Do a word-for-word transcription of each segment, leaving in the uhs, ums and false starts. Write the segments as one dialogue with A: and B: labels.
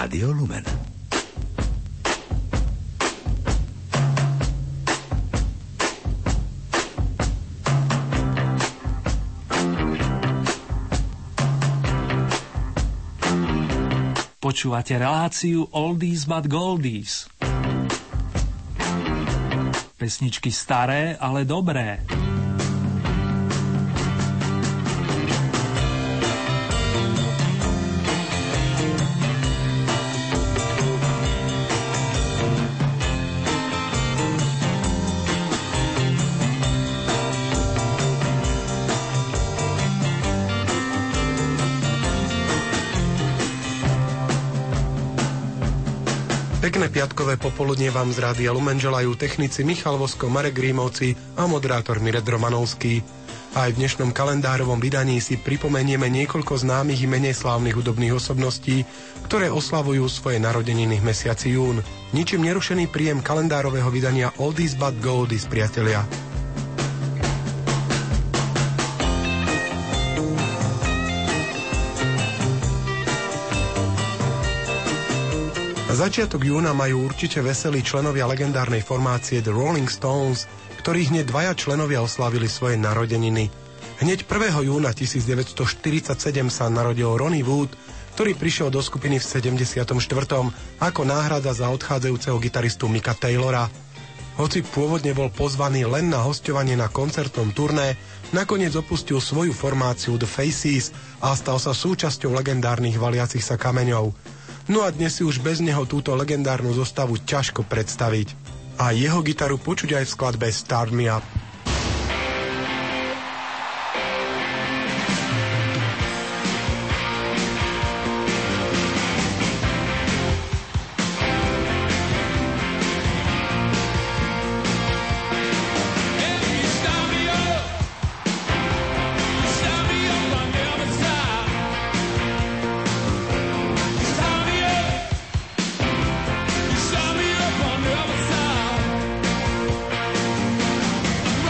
A: Rádio Lumen.
B: Počúvate reláciu Oldies but Goldies. Pesničky staré, ale dobré.
C: Pekné piatkové popoludnie vám z Rádia Lumen želajú technici Michal Vosko, Marek Grímovci a moderátor Miret Romanovský. Aj v dnešnom kalendárovom vydaní si pripomenieme niekoľko známych i menej slávnych hudobných osobností, ktoré oslavujú svoje narodeniny v mesiaci jún. Ničím nerušený príjem kalendárového vydania Oldies but Goldies, priatelia. Začiatok júna majú určite veselí členovia legendárnej formácie The Rolling Stones, ktorých hneď dvaja členovia oslávili svoje narodeniny. Hneď prvého júna devätnásťstoštyridsaťsedem sa narodil Ronnie Wood, ktorý prišiel do skupiny v sedemdesiatom štvrtom ako náhrada za odchádzajúceho gitaristu Micka Taylora. Hoci pôvodne bol pozvaný len na hosťovanie na koncertnom turné, nakoniec opustil svoju formáciu The Faces a stal sa súčasťou legendárnych valiacich sa kameňov. No a dnes si už bez neho túto legendárnu zostavu ťažko predstaviť. A jeho gitaru počuť aj v skladbe Start Me Up.
D: Start me up on the other side.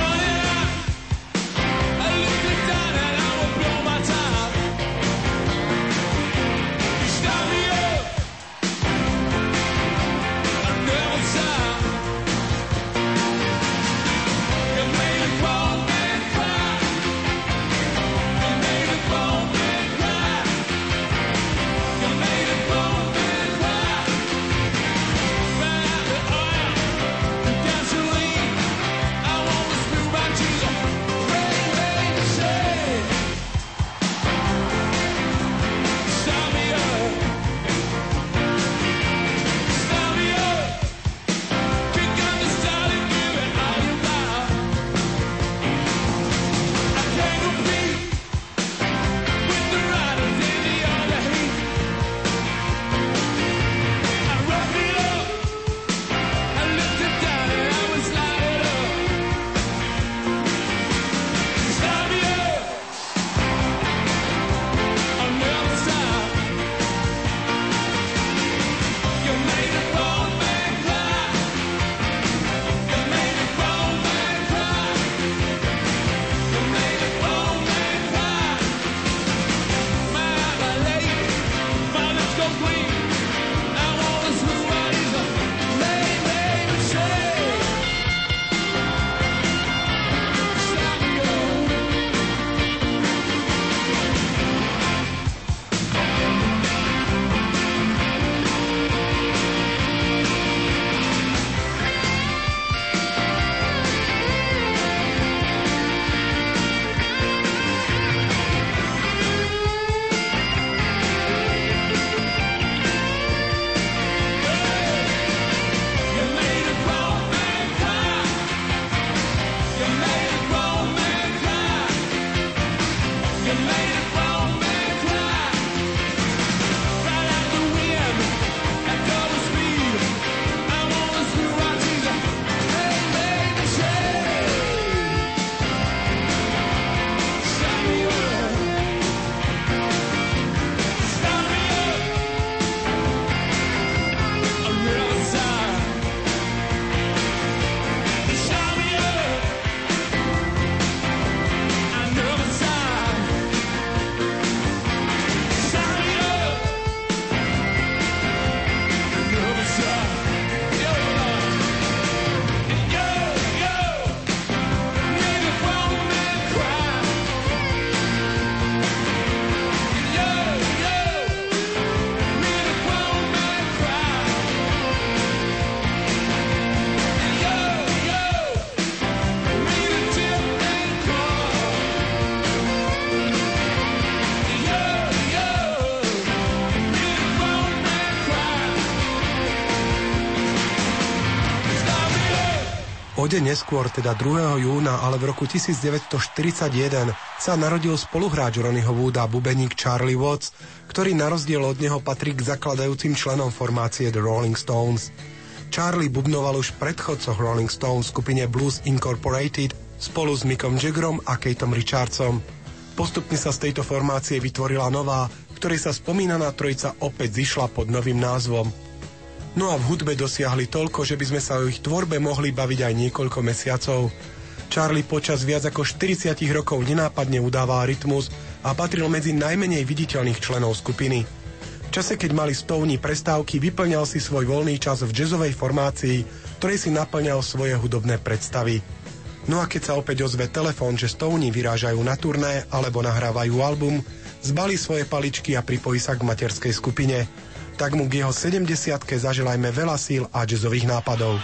C: deň neskôr, teda druhého júna, ale v roku devätnásťstoštyridsaťjeden sa narodil spoluhráč Ronnieho Wooda, bubeník Charlie Watts, ktorý na rozdiel od neho patrí k zakladajúcim členom formácie The Rolling Stones. Charlie bubnoval už v predchodcoch Rolling Stones skupine Blues Incorporated spolu s Mickom Jaggerom a Keithom Richardsom. Postupne sa z tejto formácie vytvorila nová, ktorej sa spomínaná trojica opäť zišla pod novým názvom. No a v hudbe dosiahli toľko, že by sme sa o ich tvorbe mohli baviť aj niekoľko mesiacov. Charlie počas viac ako štyridsať rokov nenápadne udával rytmus a patril medzi najmenej viditeľných členov skupiny. V čase, keď mali Stoney prestávky, vyplňal si svoj voľný čas v jazzovej formácii, ktorej si naplňal svoje hudobné predstavy. No a keď sa opäť ozve telefón, že Stoney vyrážajú na turné alebo nahrávajú album, zbalí svoje paličky a pripojí sa k materskej skupine. Tak mu k jeho sedemdesiatke zaželajme veľa síl a jazzových nápadov.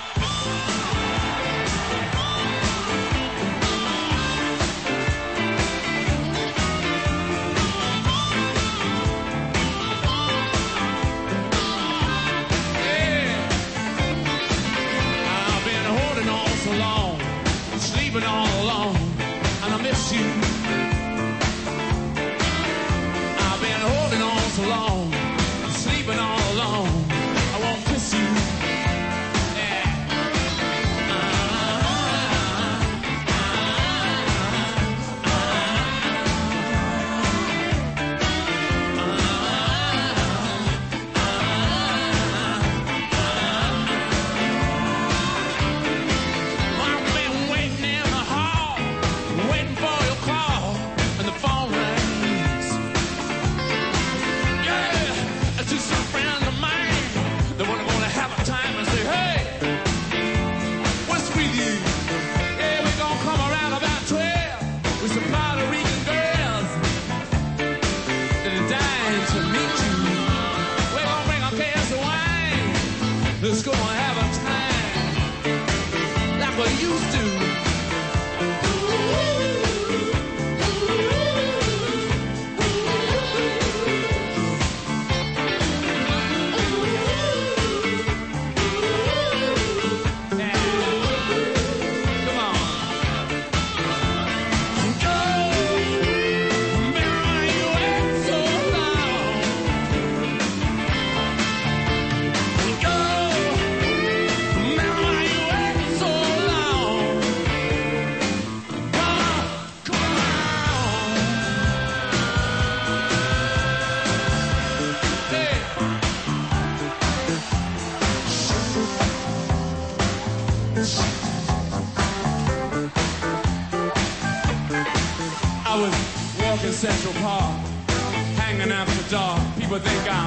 A: Central Park, hanging after dark. People think I'm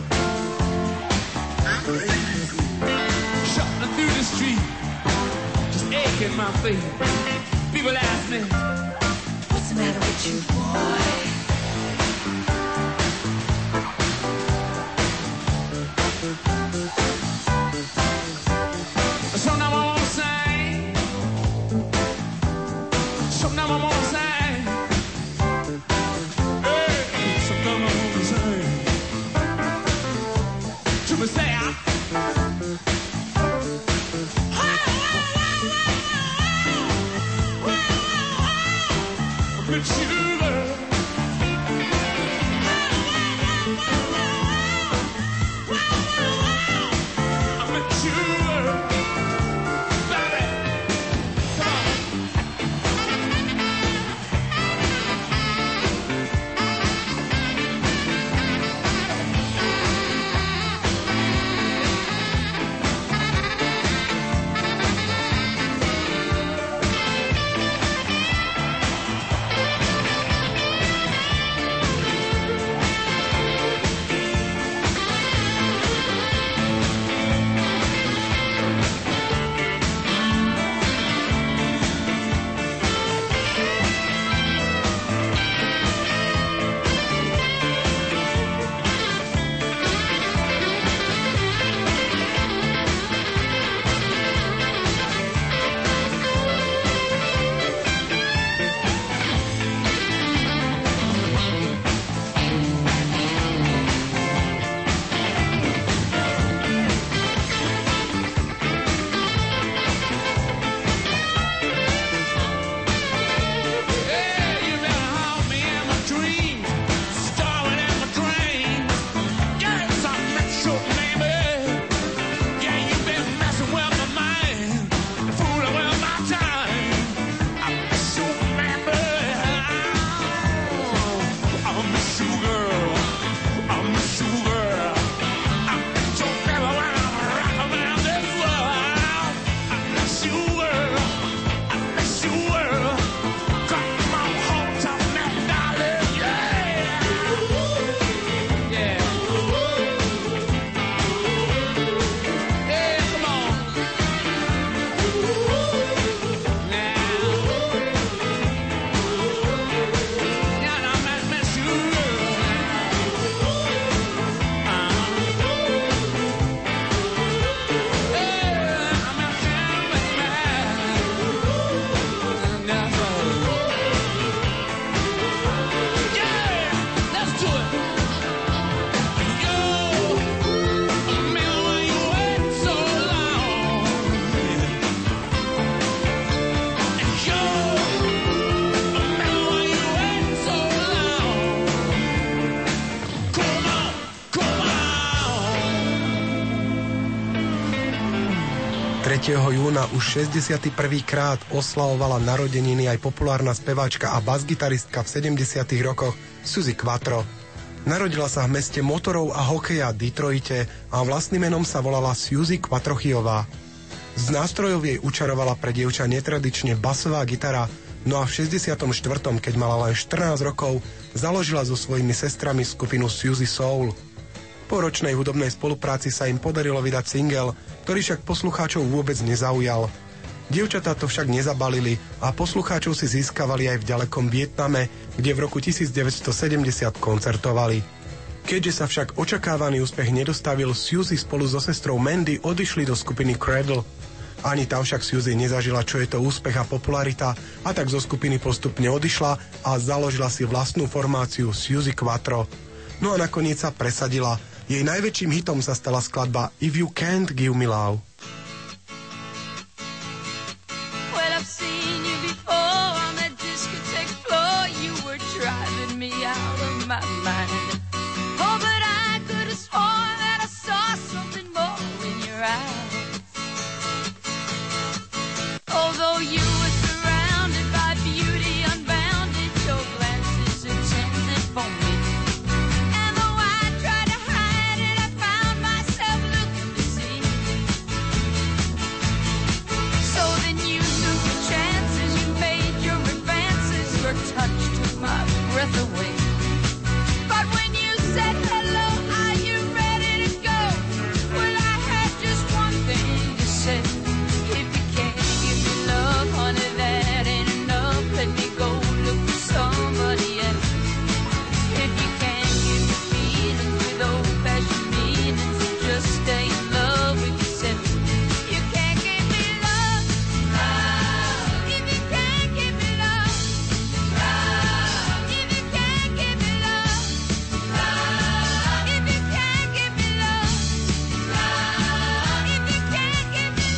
A: shutting through the street, just aching my feet. People ask me, what's the matter with you, boy? Sometimes I wanna sing, sometimes I wanna sing. Sugar
C: tretieho júna už šesťdesiaty prvý krát oslavovala narodeniny aj populárna speváčka a basgitaristka v sedemdesiatych rokoch Suzi Quatro. Narodila sa v meste motorov a hokeja Detroite a vlastným menom sa volala Suzi Quattrochyová. Z nástrojov jej učarovala pre dievča netradične basová gitara, no a v šesťdesiatom štvrtom, keď mala len štrnásť rokov, založila so svojimi sestrami skupinu Suzi Soul. Po ročnej hudobnej spolupráci sa im podarilo vydať single, ktorý však poslucháčov vôbec nezaujal. Dievčatá to však nezabalili a poslucháčov si získavali aj v ďalekom Vietname, kde v roku devätnásťsedemdesiat koncertovali. Keďže sa však očakávaný úspech nedostavil, Suzy spolu so sestrou Mandy odišli do skupiny Cradle. Ani tam však Suzy nezažila, čo je to úspech a popularita, a tak zo skupiny postupne odišla a založila si vlastnú formáciu Suzi Quatro. No a nakoniec sa presadila. Jej najväčším hitom sa stala skladba If You Can't Give Me Love.
A: Well, I've seen you before on that discotheque floor. You were driving me out of my mind. Oh, but I could have sworn that I saw something more in your eyes. Although you were surrounded by beauty unbounded, your glances intended for me. Touch took my breath away. But when you said hello, are you ready to go? Well, I had just one thing to say. If you can't give me love, honey, that ain't enough. Let me go look for somebody else. If you can't give me feelings with old-fashioned meanings, just stay in love with yourself. You can't give me love, love. If you can't give me love, if you can't give me love, love. If you can't give me love, love. If you can't give me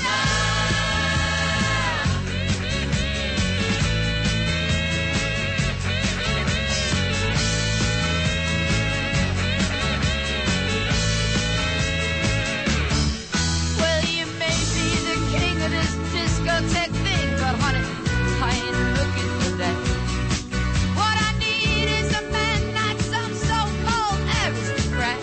A: love. Well, you may be the king of this discotheque thing, but honey, I ain't looking for that. What I need is a man, not some so-called aristocrat.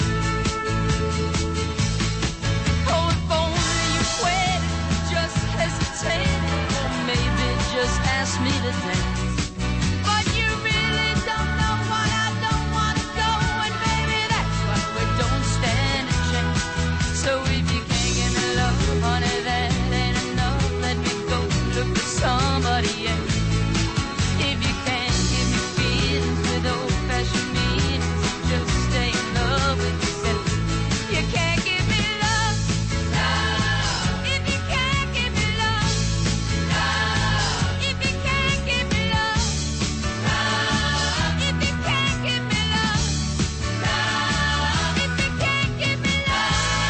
A: Oh, if only you quit, just hesitate, or maybe just ask me to dance. But you really don't know what I don't want to go, and maybe that's why we don't stand a chance. So if you can't give me love, honey, that ain't enough. Let me go look for somebody else. If you can't give me feelings with old-fashioned meanings, just stay in love with yourself. You can't give me love, love. If you can't give me love, love. If you can't give me love, love. If you can't give me love, love. If you can't give me love.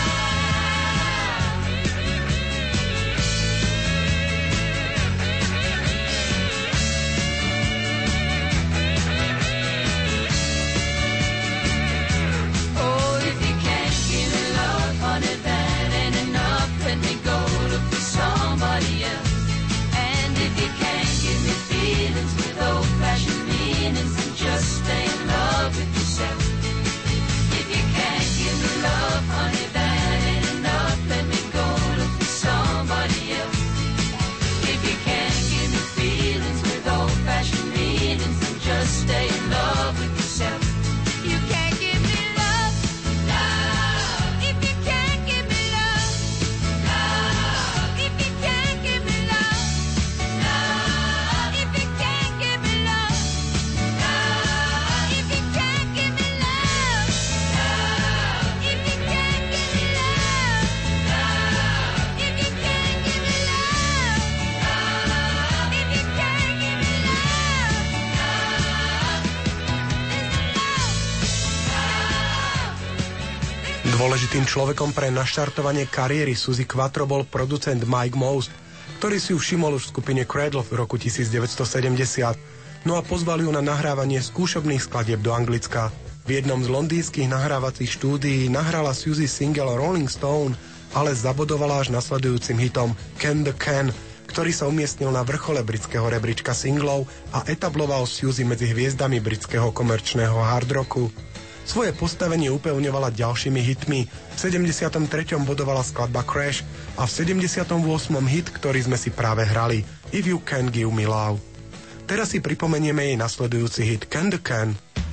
A: Oh, if you can't give me love, honey, that ain't enough. Let me go look for somebody else. And if you can't give me feelings with old-fashioned meanings, then just stay in love with yourself. If you can't give me love, honey, that ain't enough. Let me go look for somebody else. If you can't give me feelings with old-fashioned meanings, then just stay in love with yourself. You can't give me love, love. If you can't give me love, love. If you can't give me love, love. If you can't give me love, love. If you can't give me love, love. If you can't give me love, love. If you can't give me love, love. If you can't give me
C: Dôležitým človekom pre naštartovanie kariéry Suzi Quatro bol producent Mike Most, ktorý si ju všimol už v skupine Cradle v roku devätnásťsedemdesiat, no a pozval ju na nahrávanie skúšobných skladieb do Anglicka. V jednom z londýnskych nahrávacích štúdií nahrala Suzy single Rolling Stone ale zabodovala až nasledujúcim hitom Can the Can, ktorý sa umiestnil na vrchole britského rebríčka singlov a etabloval Suzy medzi hviezdami britského komerčného hard rocku. Svoje postavenie upevňovala ďalšími hitmi. V sedemdesiatom treťom bodovala skladba Crash a v sedemdesiatom ôsmom hit, ktorý sme si práve hrali, If You Can Give Me Love. Teraz si pripomenieme jej nasledujúci hit Can the Can.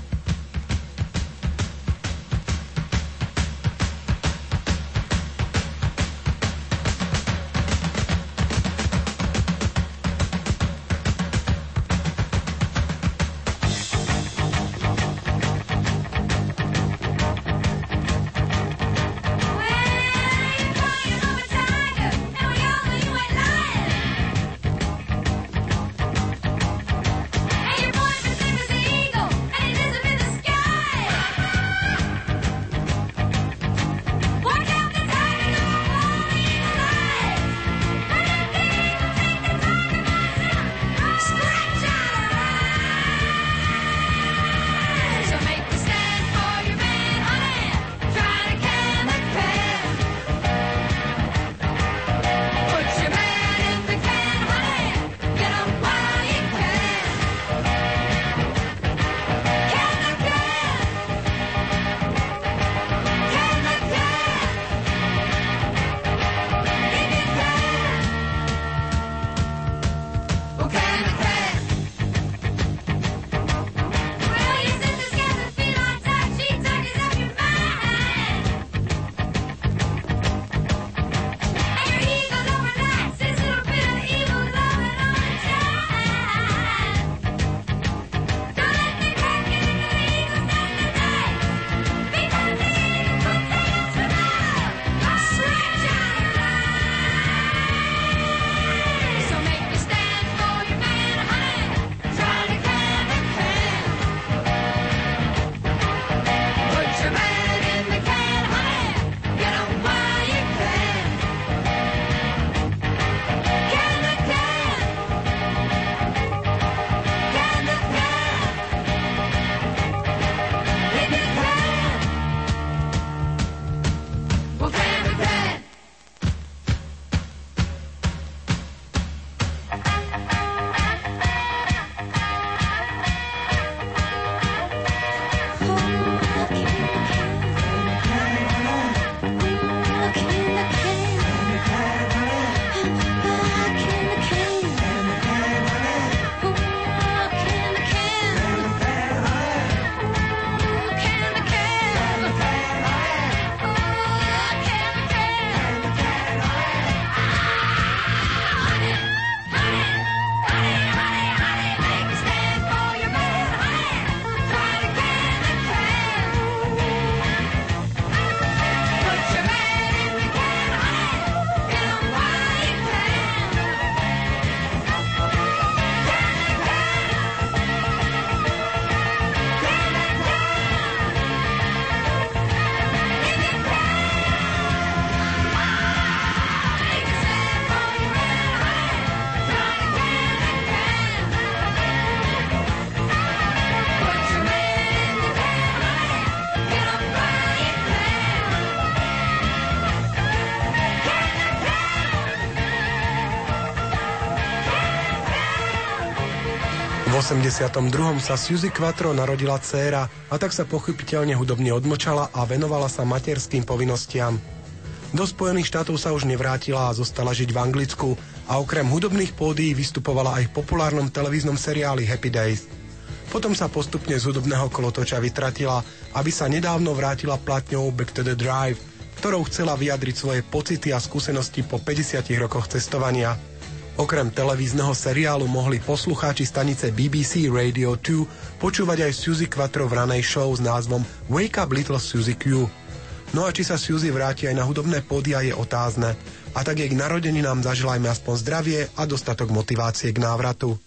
C: V osemdesiatom druhom sa Suzy Quatro narodila dcéra a tak sa pochopiteľne hudobne odmlčala a venovala sa materským povinnostiam. Do Spojených štátov sa už nevrátila a zostala žiť v Anglicku a okrem hudobných pódií vystupovala aj v populárnom televíznom seriáli Happy Days. Potom sa postupne z hudobného kolotoča vytratila, aby sa nedávno vrátila platňou Back to the Drive, ktorou chcela vyjadriť svoje pocity a skúsenosti po päťdesiatich rokoch cestovania. Okrem televízneho seriálu mohli poslucháči stanice bé bé cé Radio dva počúvať aj Suzy Quatro v ranej show s názvom Wake Up Little Suzy Q. No a či sa Suzy vráti aj na hudobné pódia je otázne. A tak jej k narodeninám zaželajme aspoň zdravie a dostatok motivácie k návratu.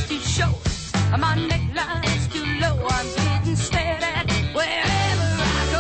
A: My neckline's too low, I'm getting stared at wherever I go.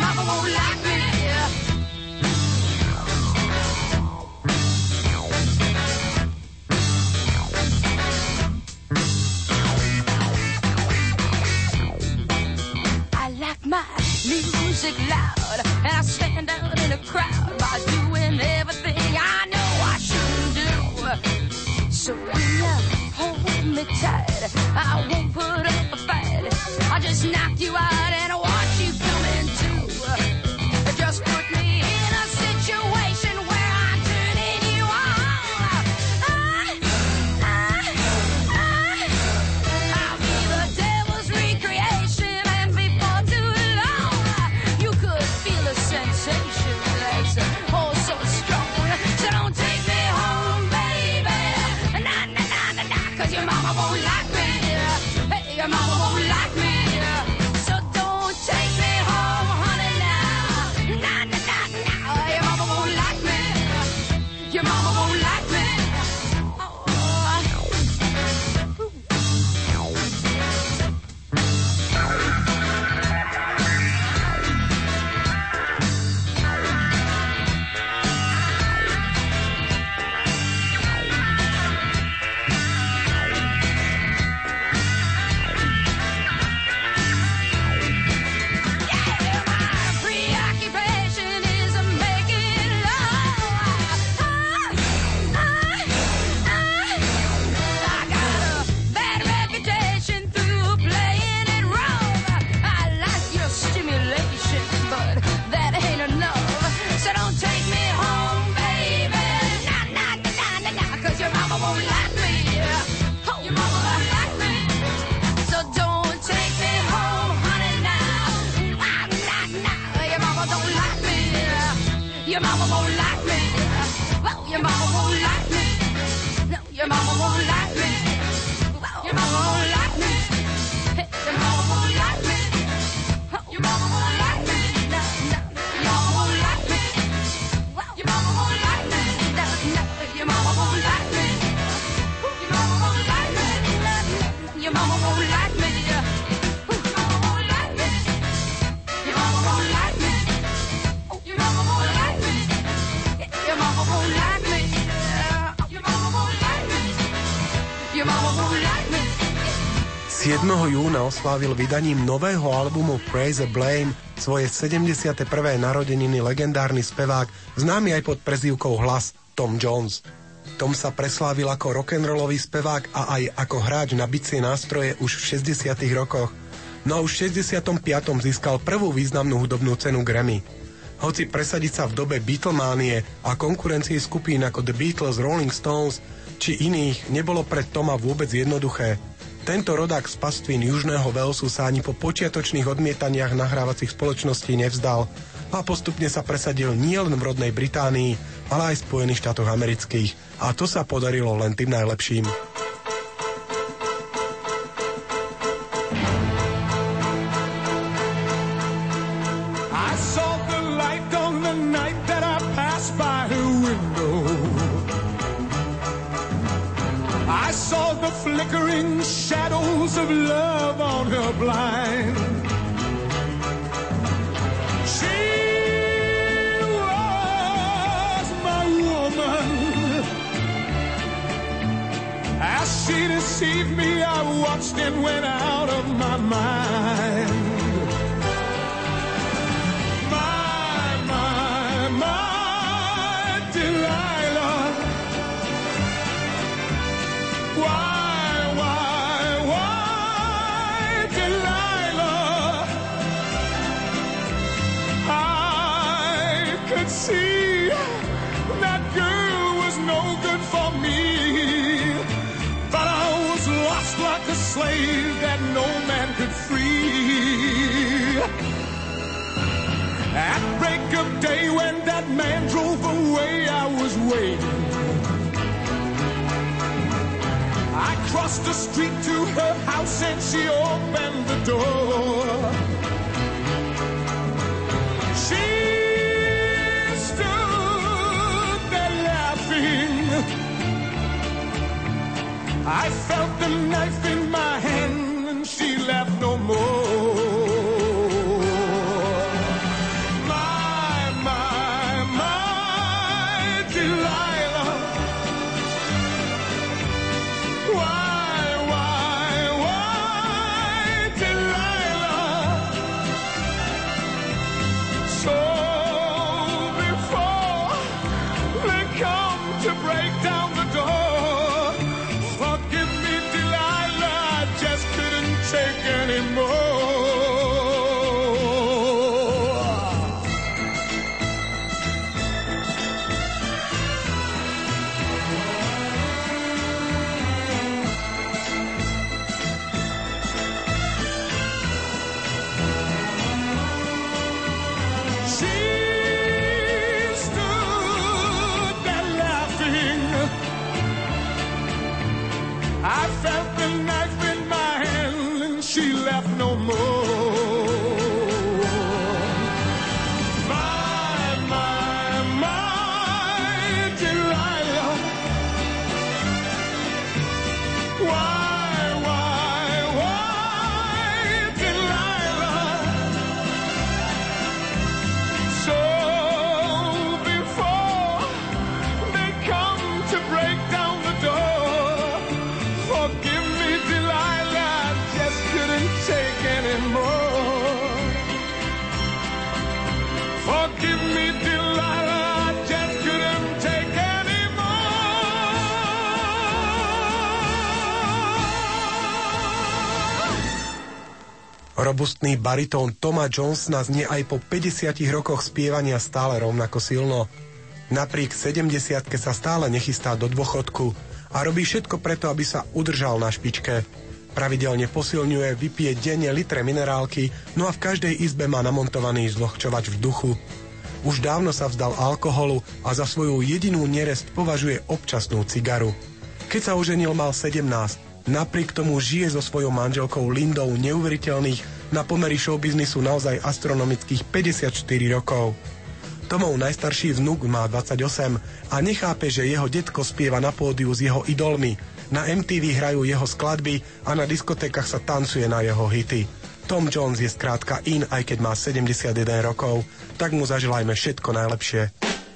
A: mama won't like me. I like my music loud, and I stand out in a crowd by doing everything I know I shouldn't do. So when you hold me tight, I won't put up a fight. I'll just knock you out and watch you come into. Just put me in a situation where I'm turning you on. I, I, I, I'll be the devil's recreation, and before too long, you could feel a sensation that's oh so strong. So don't take me home, baby. Nah, nah, nah, nah, nah, 'cause your mama won't like me. Hey, your mama won't like me. So don't take me home, honey, now. Nah, nah, nah, nah, your mama won't like me. Your mama won't like me. Preoccupation is making love. I, I, I got a bad reputation through playing it wrong. I like your stimulation, but that ain't enough. So don't take me home, baby. Nah, nah, nah, nah, nah, nah, 'cause your mama won't like me. Oh, your mama won't like me. So don't take me home, honey, now. Nah, nah, nah, your mama don't like me. Your mama won't like me. Well, your mama won't like me. No, your mama won't like me. Well, your mama won't like me. Hey, your mama won't like me. Oh, your mama won't like me. No, no, your mama won't like me. Well, your mama won't like me. No, no, your mama won't like me. Your mama won't like me. No, no, your mama won't like me. Your mama won't like me. Your mama won't like me. Your mama won't like me. Your mama won't like me. Your mama won't like me. Your mama won't like me.
C: siedmeho júna oslávil vydaním nového albumu Praise the Blame svoje sedemdesiate prvé narodeniny legendárny spevák, známy aj pod prezývkou Hlas, Tom Jones. Tom sa preslávil ako rock'n'rollový spevák a aj ako hráč na bicie nástroje už v šesťdesiatych rokoch. No a už v šesťdesiatom piatom získal prvú významnú hudobnú cenu Grammy. Hoci presadiť sa v dobe Beatlemánie a konkurencie skupín ako The Beatles, Rolling Stones či iných nebolo pre Toma vôbec jednoduché. Tento rodák z pastvín Južného Walesu sa ani po počiatočných odmietaniach nahrávacích spoločností nevzdal a postupne sa presadil nielen v rodnej Británii, ale aj v Spojených štátoch amerických. A to sa podarilo len tým najlepším.
D: I saw the light on the night that I passed by her window. I saw the flickering shadows of love on her blind. She was my woman. As she deceived me, I watched and went out of my mind. My, my, my Delilah. Why, why, why, Delilah? I could see that girl was no good for me, but I was lost like a slave that no man could free. At break of day when that man drove away, I was waiting. I crossed the street to her house and she opened the door. She stood there laughing. I felt the knife in my hand and she laughed no more.
C: Robustný baritón Toma Johnsona znie aj po päťdesiatich rokoch spievania stále rovnako silno. Napriek sedemdesiatke sa stále nechystá do dôchodku a robí všetko preto, aby sa udržal na špičke. Pravidelne posilňuje, vypije denne litre minerálky, no a v každej izbe má namontovaný zvlhčovač vzduchu. Už dávno sa vzdal alkoholu a za svoju jedinú nerest považuje občasnú cigaru. Keď sa oženil, mal sedemnásť. Napriek tomu žije so svojou manželkou Lindou neuveriteľných, na pomery showbiznisu naozaj astronomických päťdesiatštyri rokov. Tomov najstarší vnuk má dvadsaťosem a nechápe, že jeho detko spieva na pódiu s jeho idolmi. Na em té vé hrajú jeho skladby a na diskotékach sa tancuje na jeho hity. Tom Jones je skrátka in, aj keď má sedemdesiatjeden rokov, tak mu zaželajme všetko najlepšie.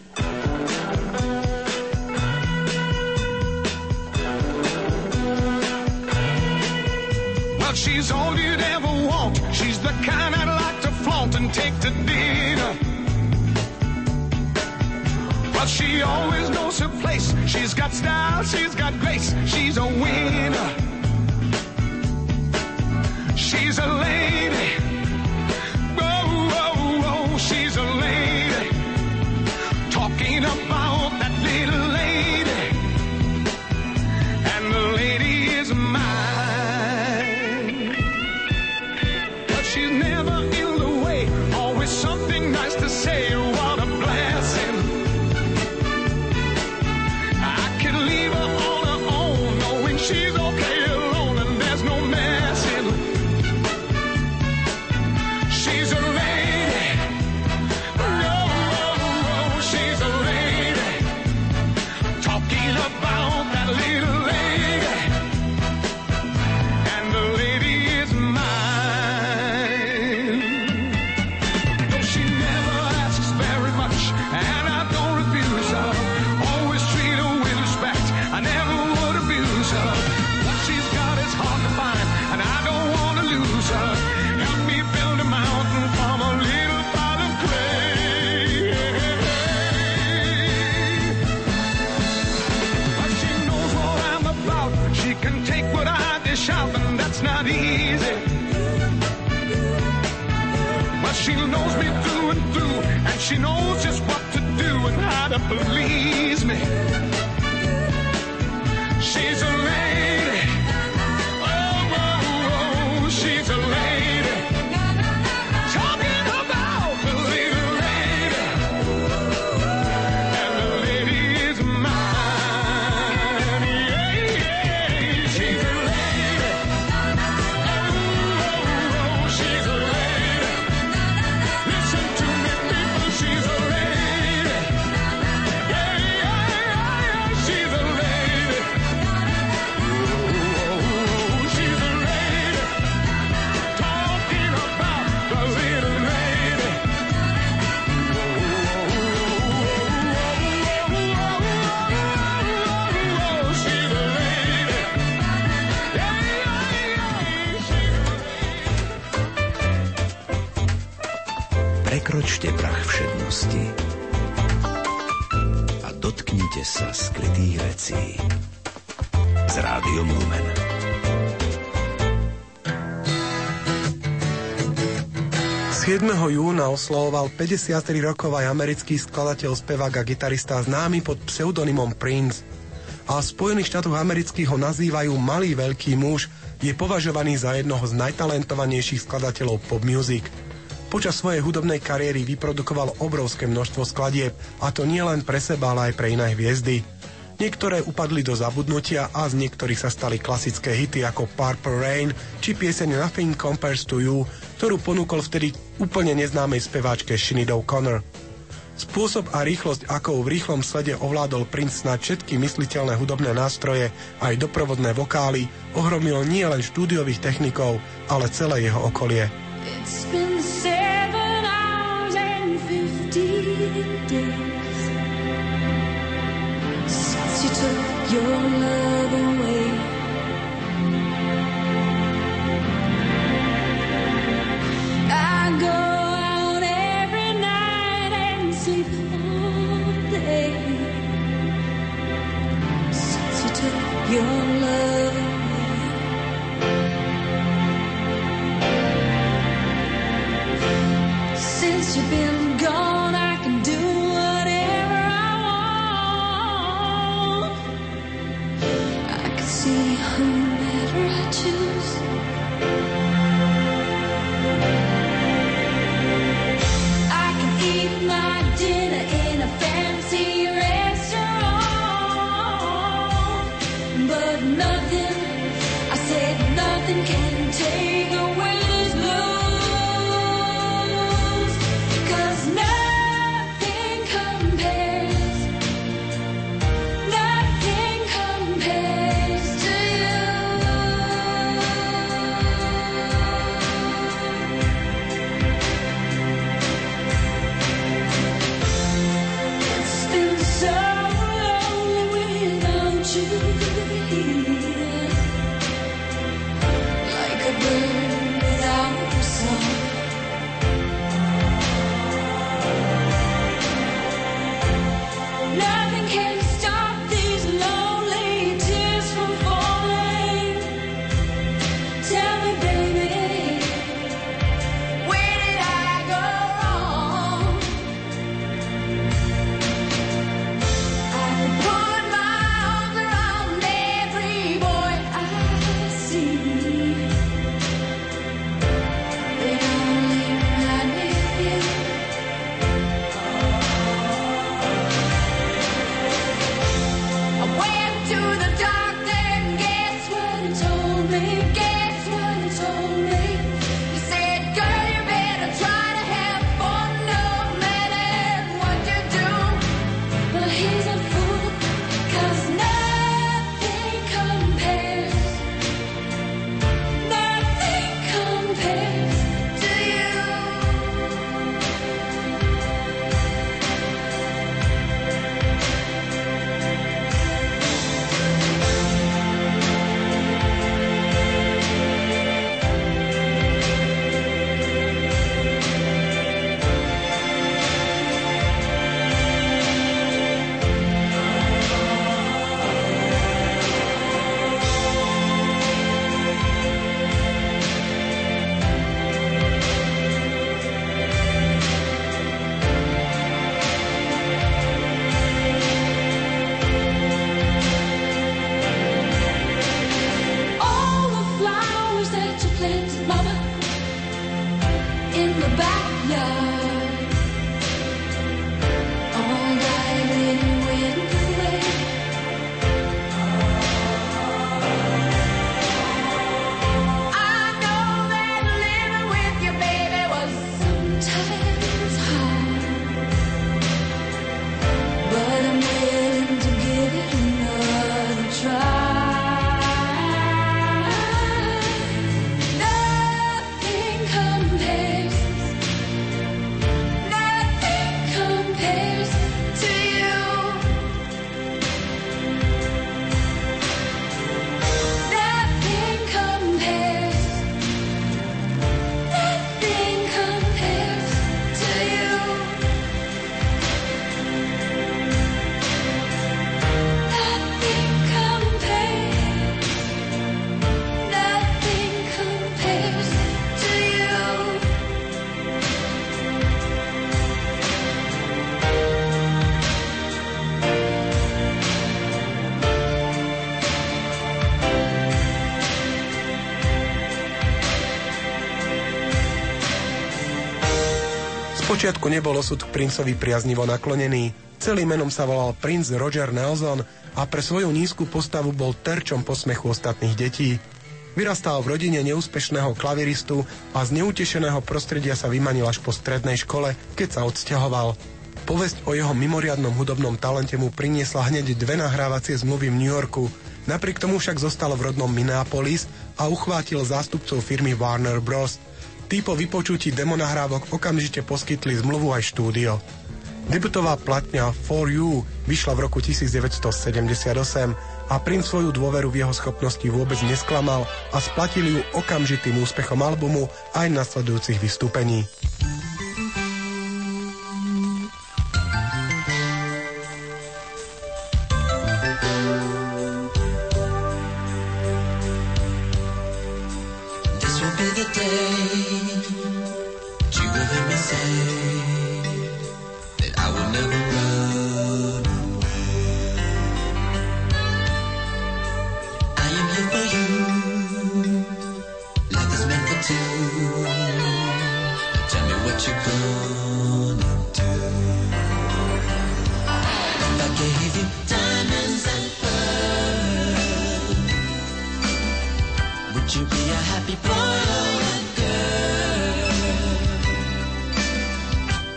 D: She's all you'd ever want. She's the kind I'd like to flaunt and take to dinner. But she always knows her place. She's got style, she's got grace. She's a winner. She's a lady. Whoa, whoa, whoa. She's a lady. Talking about that little lady. And the lady is mine. She's never in the way, always something nice to say. What a blessing. I can leave her on her own, knowing she's okay alone and there's no messing. She's a lady. No, she's a lady. Talking about that little lady. And the lady is mine. And I don't refuse her. Always treat her with respect. I never would abuse her. What she's got is hard to find, and I don't want to lose her. Help me build a mountain from a little pot of clay. But she knows what I'm about. She can take what I dish out, and that's not easy. But she knows me through and through, and she knows just what to do and how to please me. She's a lady. Oh, oh, oh, she's a lady. Talking about the little lady. And the lady is mine. Yeah, yeah, she's a lady. Oh, oh, oh, she's a lady. Listen to me, people, she's a lady. Yeah, yeah, yeah, she's a lady. Oh, she's a lady. Talking about the little lady. Oh, she's a lady. Yeah, yeah, yeah, she's a lady.
E: Prekročte prach všednosti a dotknite sa skrytých vecí s Rádiom Lumen.
C: siedmeho júna oslavoval päťdesiattri rokov aj americký skladateľ, spevák a gitarista známy pod pseudonymom Prince. A v Spojených štátoch amerických ho nazývajú malý veľký muž, je považovaný za jednoho z najtalentovanejších skladateľov pop music. Počas svojej hudobnej kariéry vyprodukoval obrovské množstvo skladieb, a to nie len pre seba, ale aj pre iné hviezdy. Niektoré upadli do zabudnutia a z niektorých sa stali klasické hity ako Purple Rain či pieseň Nothing Compares to You, ktorú ponúkol vtedy úplne neznámej speváčke Sinead O'Connor. Spôsob a rýchlosť, akou v rýchlom slede ovládol Prince snad všetky mysliteľné hudobné nástroje aj doprovodné vokály, ohromil nie len štúdiových technikov, ale celé jeho okolie.
A: It's been seven hours and fifteen days since you took your love away. I go out every night and sleep all day since you took your love away. Since you've been gone, I can do whatever I want. I can see whomever I choose. I can eat my dinner in a fancy restaurant, but nothing, I said nothing can take away these blues, 'cause nothing compares, nothing compares to you. It's been so lonely without you here, like a bird without a song. Nothing can stop these lonely tears from falling. Tell me, baby, where did I go wrong? I could put my arms around every boy I see. They only remind me of you. I went to the doctor and guess what he told me? Guess what he told me? He said, girl, you better try to have fun no matter what you do. But he's a fool, 'cause nothing compares, nothing compares to you. All the flowers that you planted, mama, in the backyard, all died when you went away. I know that living with you, baby, was sometimes hard, but I'm willing to give it another try. Nothing compares, nothing compares to you. Nothing compares, nothing compares to you. Nothing compares, nothing compares to you.
C: Spočiatku nebol osud k princovi priaznivo naklonený. Celým menom sa volal princ Roger Nelson a pre svoju nízku postavu bol terčom posmechu ostatných detí. Vyrastal v rodine neúspešného klaviristu a z neutešeného prostredia sa vymanil až po strednej škole, keď sa odsťahoval. Povesť o jeho mimoriadnom hudobnom talente mu priniesla hneď dve nahrávacie zmluvy v New Yorku. Napriek tomu však zostal v rodnom Minneapolis a uchvátil zástupcov firmy Warner Bros. Tí po vypočutí demonahrávok okamžite poskytli zmluvu aj štúdio. Debutová platňa For You vyšla v roku devätnásťsedemdesiatosem a princ svoju dôveru v jeho schopnosti vôbec nesklamal a splatil ju okamžitým úspechom albumu aj nasledujúcich vystúpení.
F: This will be the day you will hear me say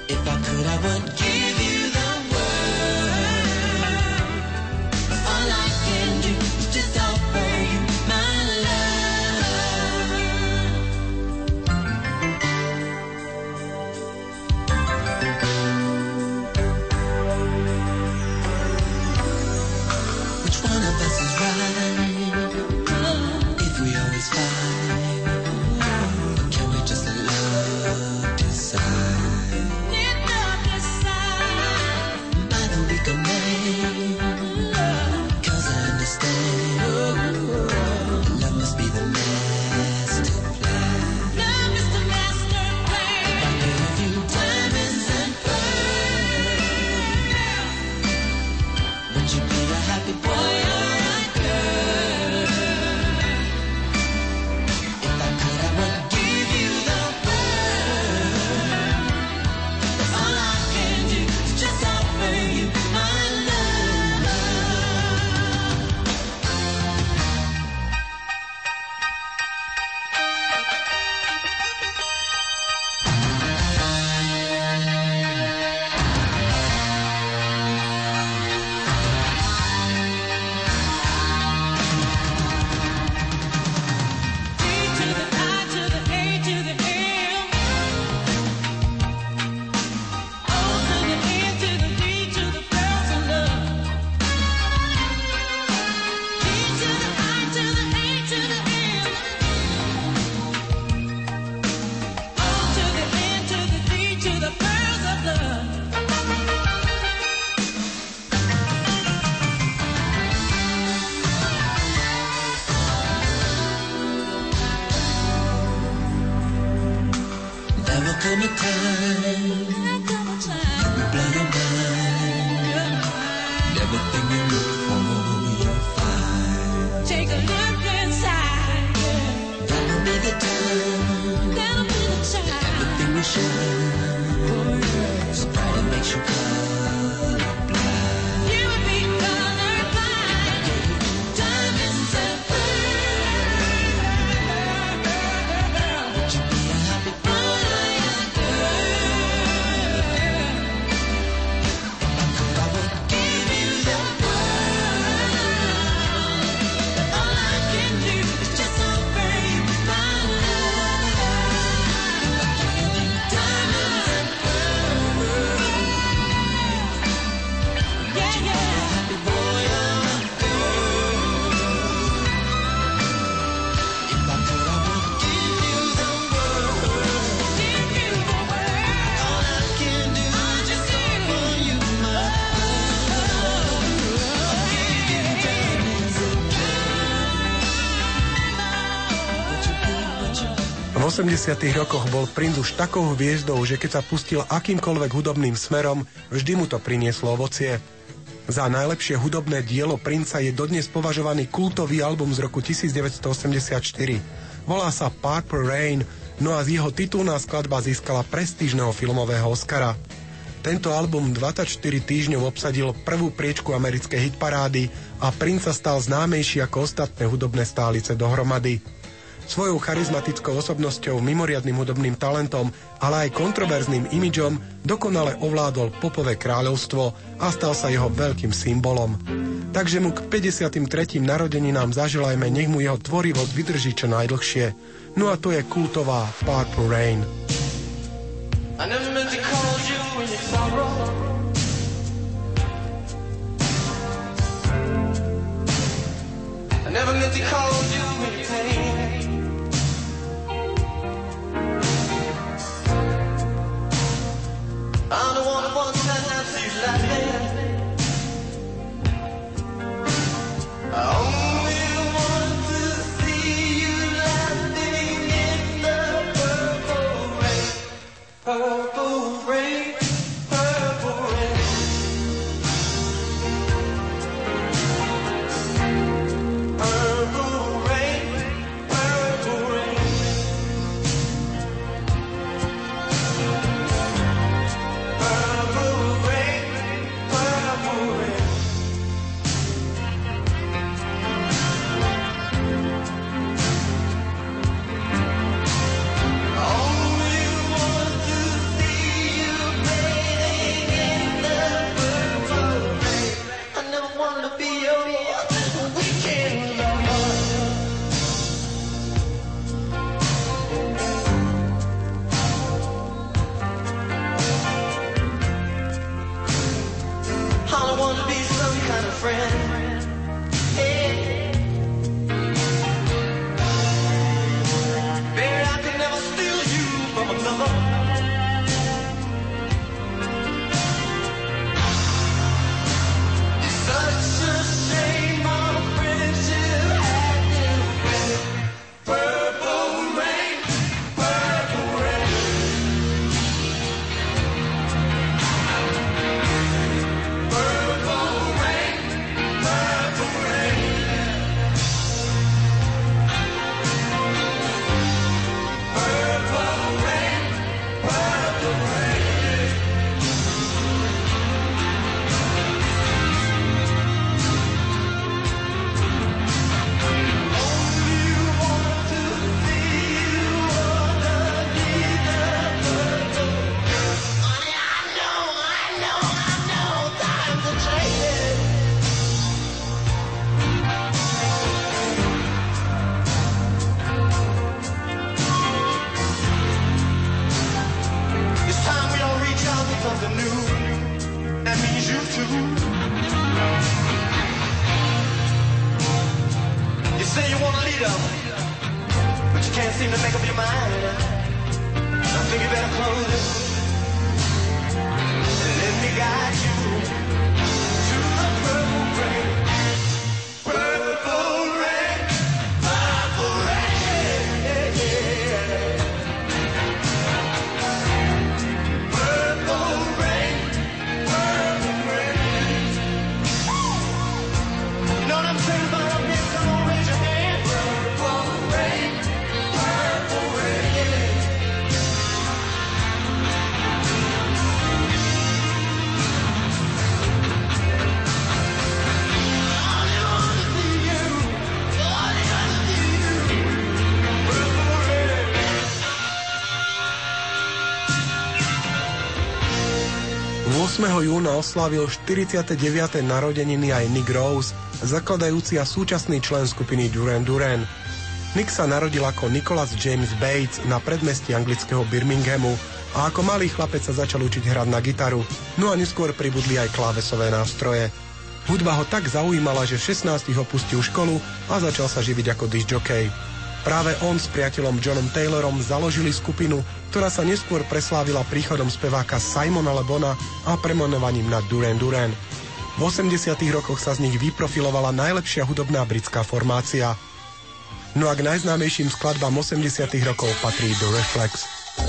F: If I could, I would give you the world. All I can do is just offer you my love. Which one of us is right? If we always fight, or can we just let love decide? Let love decide by the weak of man. 'Cause I understand love must be the master plan. Love is the master plan. If I gave you diamonds and pearls, would you be a happy boy or a girl? If I could, I would give you the world. All I can do is just offer you my love. D to the I to the A to the M. O to the N to the D to the pearls of love. D to the I to the A to the M. O to the N to the D to the pearls of love. There will come a time, you blow your mind. Everything you look for, you'll find. Take a look inside. That'll be the time. That'll be the time. Everything will shine. So bright it makes you colorblind. You would be colorblind. Diamonds and pearls. Would you be a happy boy or a girl? If I could, I would give you the world. All I can do is just offer you my love. If I gave you diamonds and pearls, yeah, yeah, a happy boy or a girl. If I could, I would give you the world. Give you the world. All I can do is just offer you my love. I'll give you diamonds and pearls. Would you be, would you be?
C: V osemdesiatych rokoch bol Prince už takou hviezdou, že keď sa pustil akýmkoľvek hudobným smerom, vždy mu to prinieslo ovocie. Za najlepšie hudobné dielo Princa je dodnes považovaný kultový album z roku devätnásťstoosemdesiatštyri. Volá sa Purple Rain, no a jeho titulná skladba získala prestížneho filmového Oscara. Tento album dvadsaťštyri týždňov obsadil prvú priečku americkej hitparády a Prince sa stal známejší ako ostatné hudobné stálice dohromady. Svojou charizmatickou osobnosťou, mimoriadnym hudobným talentom, ale aj kontroverzným imidžom dokonale ovládol popové kráľovstvo a stal sa jeho veľkým symbolom. Takže mu k päťdesiatym tretím narodeninám zaželajme, nech mu jeho tvorivosť vydrží čo najdlhšie. No a to je kultová Purple Rain.
F: I never meant to call you in your sorrow. I never meant to call you in your pain. I'm the one who wants that to see you laughing. I only want to see you laughing in the purple rain. Purple rain, purple rain. Purple want to be some kind of friend. Hey. Baby, I could never steal you from another. It's such a shame our friendship had to end. Purple rain, purple rain. Purple rain, purple rain. Purple rain, purple rain. Only want to feel underneath the purple. Honey, I know, I know, I know, times are changing. It's time we all reach out for something new. That means you too. You say you want a leader, but you can't seem to make up your mind. I think you better close it and let me guide you to the purple rain. Purple rain, purple rain. Purple rain, purple rain. You know what I'm saying about up here? Come on, raise your hand. Purple rain, purple rain. All I wanna see you, all I wanna see you. Purple rain.
C: ôsmeho júna oslávil štyridsiate deviate narodeniny aj Nick Rose, zakladajúci a súčasný člen skupiny Duran Duran. Nick sa narodil ako Nicholas James Bates na predmestí anglického Birminghamu a ako malý chlapec sa začal učiť hrať na gitaru, no a neskôr pribudli aj klávesové nástroje. Hudba ho tak zaujímala, že v šestnástich opustil školu a začal sa živiť ako disc jockey. Práve on s priateľom Johnom Taylorom založili skupinu, ktorá sa neskôr preslávila príchodom speváka Simona Le Bona a premenovaním na Duran Duran. V osemdesiatych rokoch sa z nich vyprofilovala najlepšia hudobná britská formácia. No a k najznámejším skladbám osemdesiatych rokov patrí The Reflex.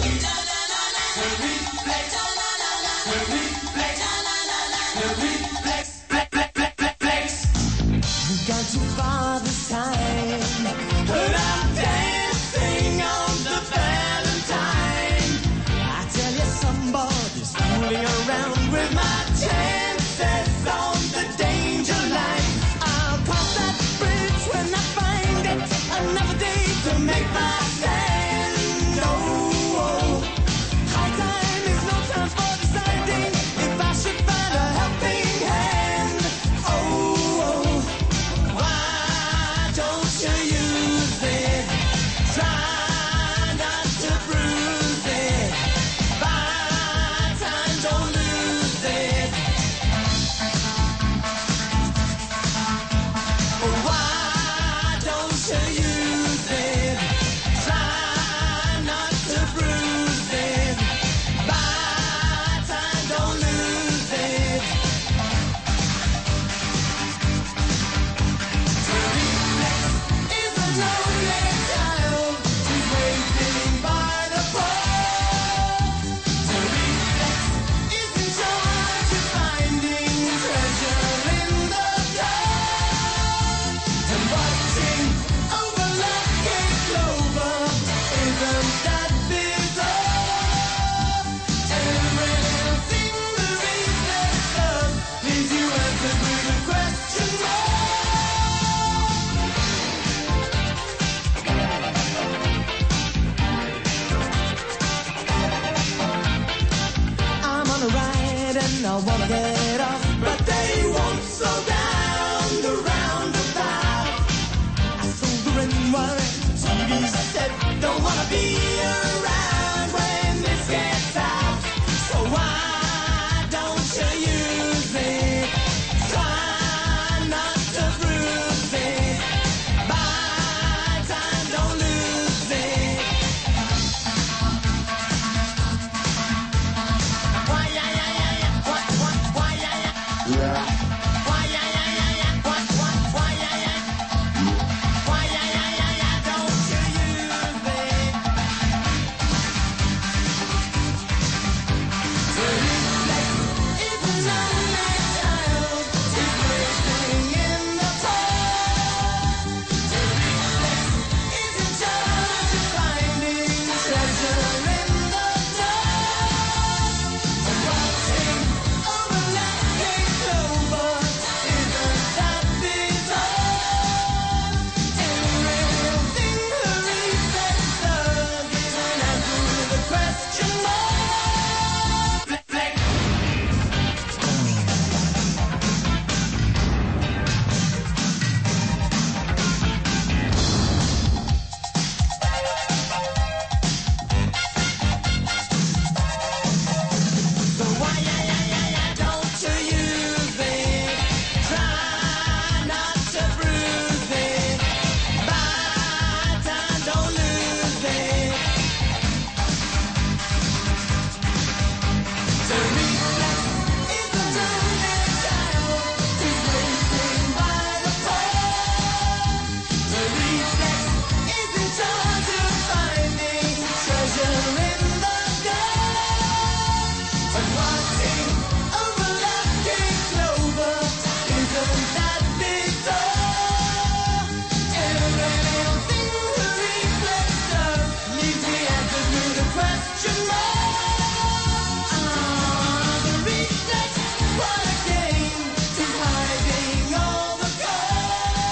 F: Got too far this time, but I'm dancing on the Valentine. I tell you, somebody's fooling around with my chances on the danger line. I'll cross that bridge when I find it. Another day to make my stand. Oh, oh. High time is no time for deciding if I should find a helping hand. Oh, oh. Why don't you use it? Try not to bruise it. Buy time, don't lose it. Why don't you use it? Try not to bruise it. Buy time, don't lose it. Is a lonely child who's waiting by the pole. The reflex is in charge of finding treasure in the dark. And watching over lucky clover isn't that bizarre? Everything the reflex does leaves you answered with a question mark. I'm on a ride and I wanna get off, but they won't slow down the roundabout. I sold the ring wire, T V said, don't wanna be around when this gets out. So why don't you use it?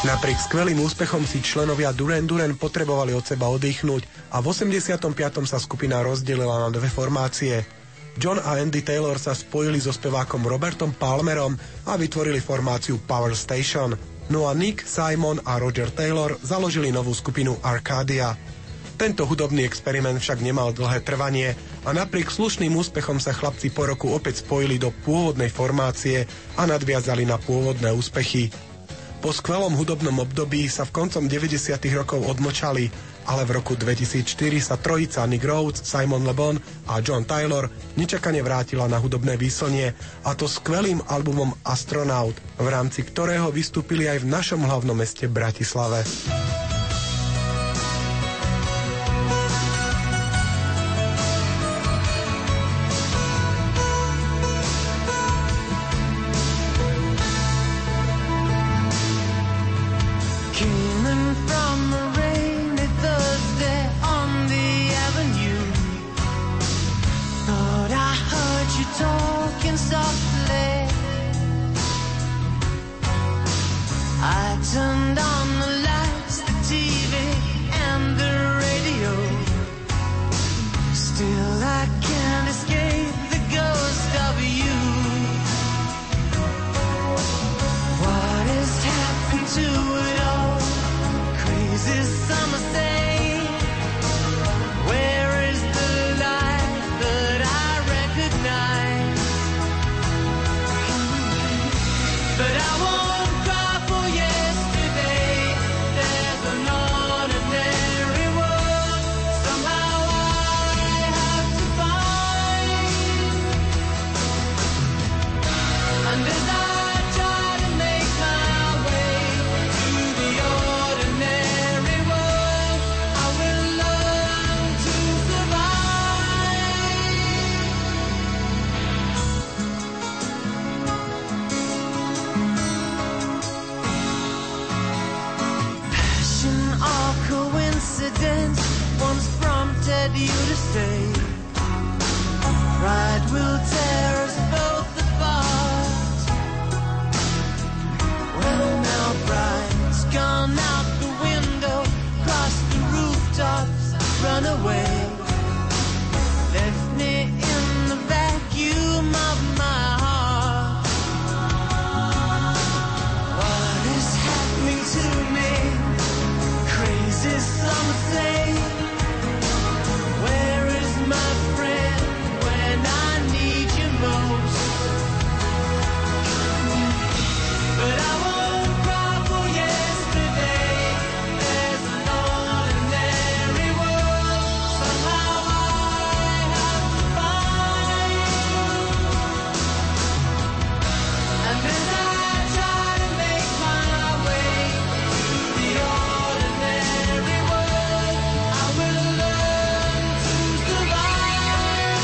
C: Napriek skvelým úspechom si členovia Duran Duran potrebovali od seba oddychnúť a v osemdesiatom piatom sa skupina rozdelila na dve formácie. John a Andy Taylor sa spojili so spevákom Robertom Palmerom a vytvorili formáciu Power Station. No a Nick, Simon a Roger Taylor založili novú skupinu Arcadia. Tento hudobný experiment však nemal dlhé trvanie a napriek slušným úspechom sa chlapci po roku opäť spojili do pôvodnej formácie a nadviazali na pôvodné úspechy. Po skvelom hudobnom období sa v koncom deväťdesiatych rokov odmlčali, ale v roku dvetisícštyri sa trojica Nick Rhodes, Simon Le Bon a John Taylor nečakane vrátila na hudobné výslnie, a to skvelým albumom Astronaut, v rámci ktorého vystúpili aj v našom hlavnom meste Bratislave.
F: Turned on the lights, the T V and the radio. Still I can't escape the ghost of you. What has happened to it all? Crazy summer say, where is the light that I recognize? But I won't once prompted you to stay. Pride will tear us both apart. Well, now pride's gone out the window, crossed the rooftops, run away. Left me in the vacuum of my heart. What is happening to me? Crazy summer say, where is my friend when I need you most? But I won't cry for yesterday. There's an ordinary world somehow I have to find. And as I try to make my way to the ordinary world, I will learn to survive.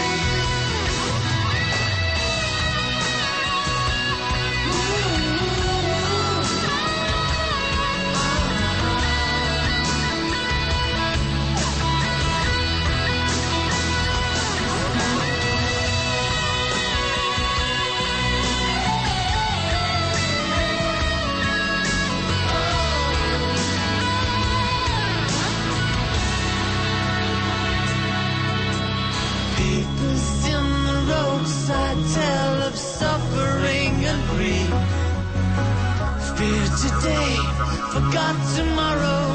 F: Papers in the roadside tell of suffering and grief. Fear today, forgot tomorrow.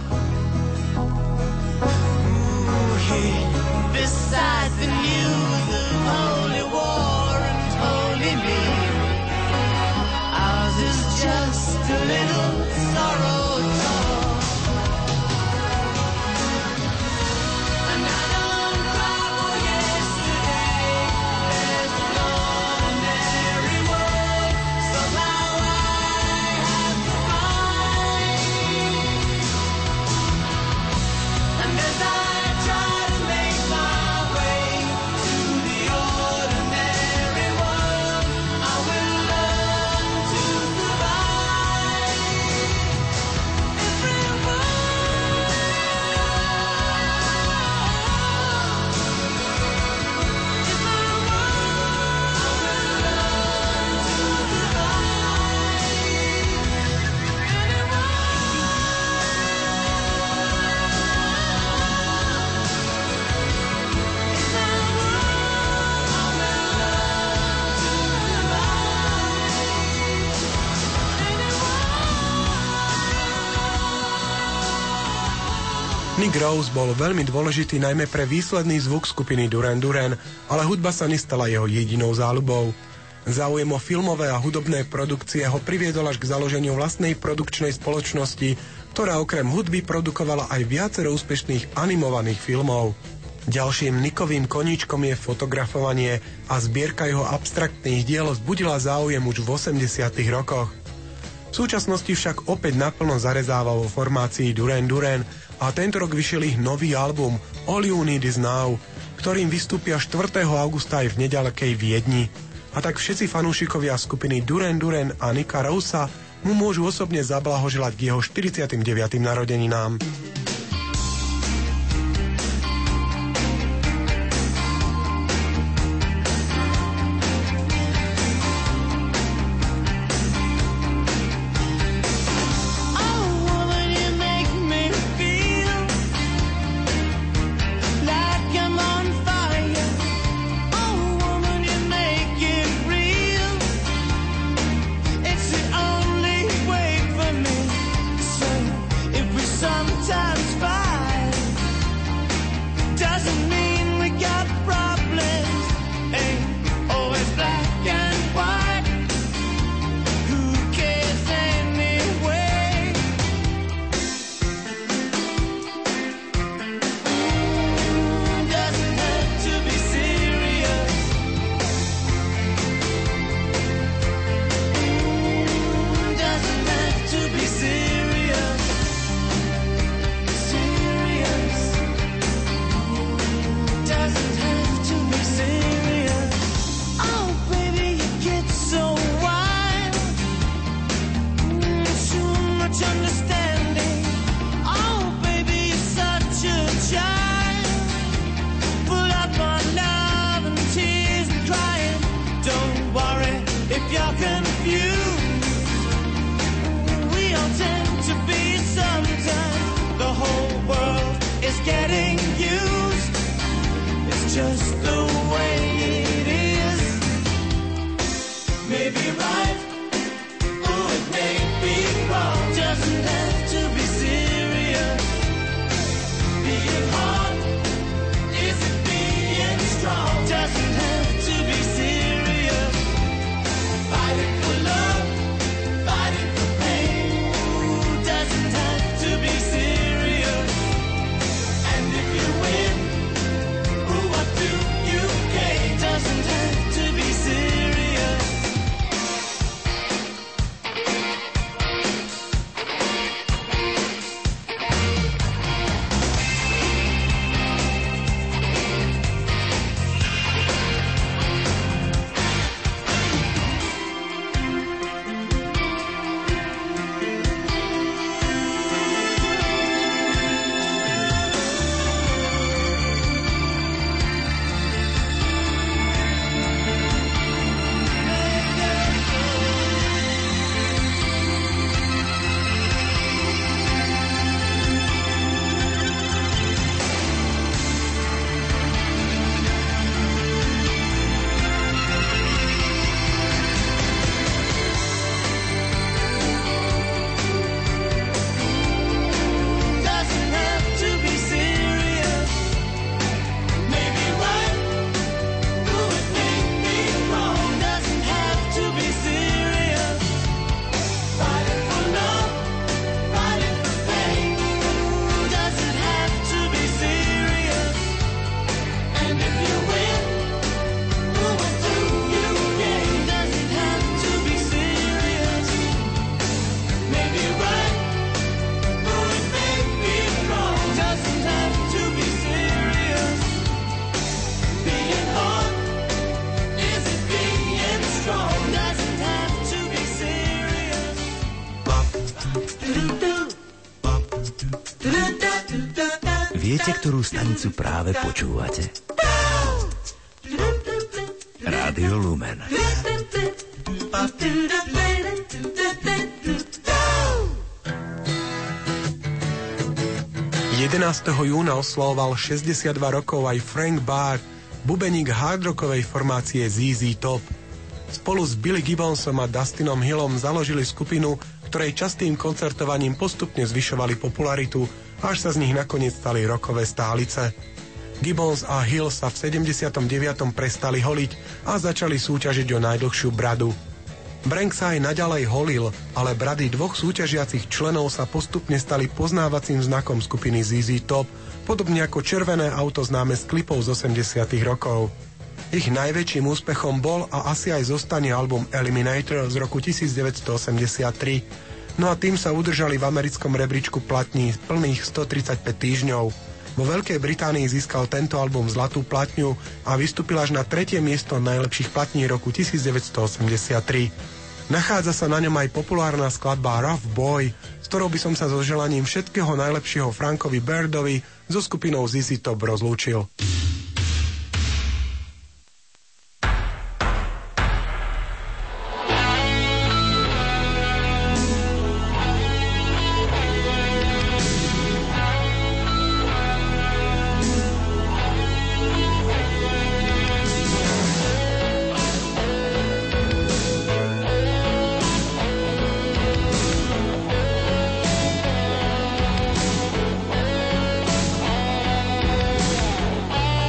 F: Ooh, here beside the news of holy war and holy me, ours is just a little sorrow told. And I don't cry for yesterday. There's an ordinary world somehow I have to find.
C: Nick Rose bol veľmi dôležitý najmä pre výsledný zvuk skupiny Duran Duran, ale hudba sa nestala jeho jedinou záľubou. Záujem o filmové a hudobné produkcie ho priviedol až k založeniu vlastnej produkčnej spoločnosti, ktorá okrem hudby produkovala aj viacero úspešných animovaných filmov. Ďalším Nickovým koníčkom je fotografovanie a zbierka jeho abstraktných diel vzbudila záujem už v osemdesiatych rokoch. V súčasnosti však opäť naplno zarezáva vo formácii Duran Duran a tento rok vyšiel ich nový album All You Need Is Now, ktorým vystúpia štvrtého augusta aj v nedalekej Viedni. A tak všetci fanúšikovia skupiny Duran Duran a Nicka Rousa mu môžu osobne zablahoželať k jeho štyridsiatym deviatym narodeninám.
E: Viete, ktorú stanicu práve počúvate? Rádio Lumen.
C: jedenásteho júna oslavoval šesťdesiatdva rokov aj Frank Barr, bubeník hardrockovej formácie zet zet Top. Spolu s Billy Gibbonsom a Dustinom Hillom založili skupinu, ktorej častým koncertovaním postupne zvyšovali popularitu až sa z nich nakoniec stali rockové stálice. Gibbons a Hill sa v sedemdesiatom deviatom prestali holiť a začali súťažiť o najdlhšiu bradu. Brank sa aj naďalej holil, ale brady dvoch súťažiacich členov sa postupne stali poznávacím znakom skupiny zet zet Top, podobne ako červené auto známe z klipov z osemdesiatych rokov. Ich najväčším úspechom bol a asi aj zostane album Eliminator z roku devätnásťstoosemdesiattri, no a tým sa udržali v americkom rebríčku platní plných stotridsaťpäť týždňov. Vo Veľkej Británii získal tento album zlatú platňu a vystúpil až na tretie miesto najlepších platní roku devätnásťstoosemdesiattri. Nachádza sa na ňom aj populárna skladba Rough Boy, s ktorou by som sa so želaním všetkého najlepšieho Frankovi Birdovi so skupinou zet zet Top rozlúčil.
D: I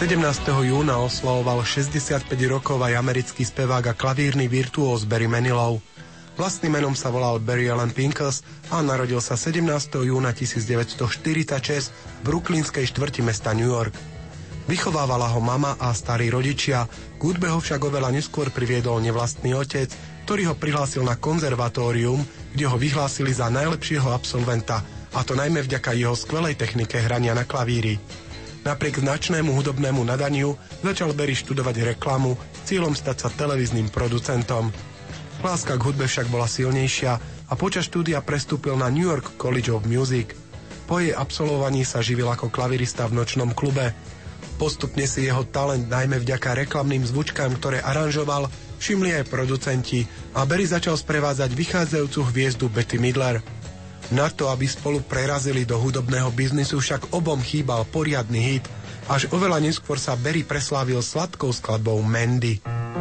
C: sedemnásteho júna oslavoval šesťdesiatpäť rokov aj americký spevák a klavírny virtuós Barry Manilow. Vlastným menom sa volal Barry Allen Pincus a narodil sa sedemnásteho júna tisícdeväťstoštyridsaťšesť v brooklynskej štvrti mesta New York. Vychovávala ho mama a starí rodičia, k hudbe ho však oveľa neskôr priviedol nevlastný otec, ktorý ho prihlásil na konzervatórium, kde ho vyhlásili za najlepšieho absolventa, a to najmä vďaka jeho skvelej technike hrania na klavíri. Napriek značnému hudobnému nadaniu začal Barry študovať reklamu s cieľom stať sa televíznym producentom. Láska k hudbe však bola silnejšia a počas štúdia prestúpil na New York College of Music. Po jej absolvovaní sa živil ako klavirista v nočnom klube. Postupne si jeho talent najmä vďaka reklamným zvučkám, ktoré aranžoval, všimli aj producenti a Barry začal sprevádzať vychádzajúcu hviezdu Bette Midler. Na to, aby spolu prerazili do hudobného biznisu, však obom chýbal poriadny hit. Až oveľa neskôr sa Barry preslávil sladkou skladbou Mandy.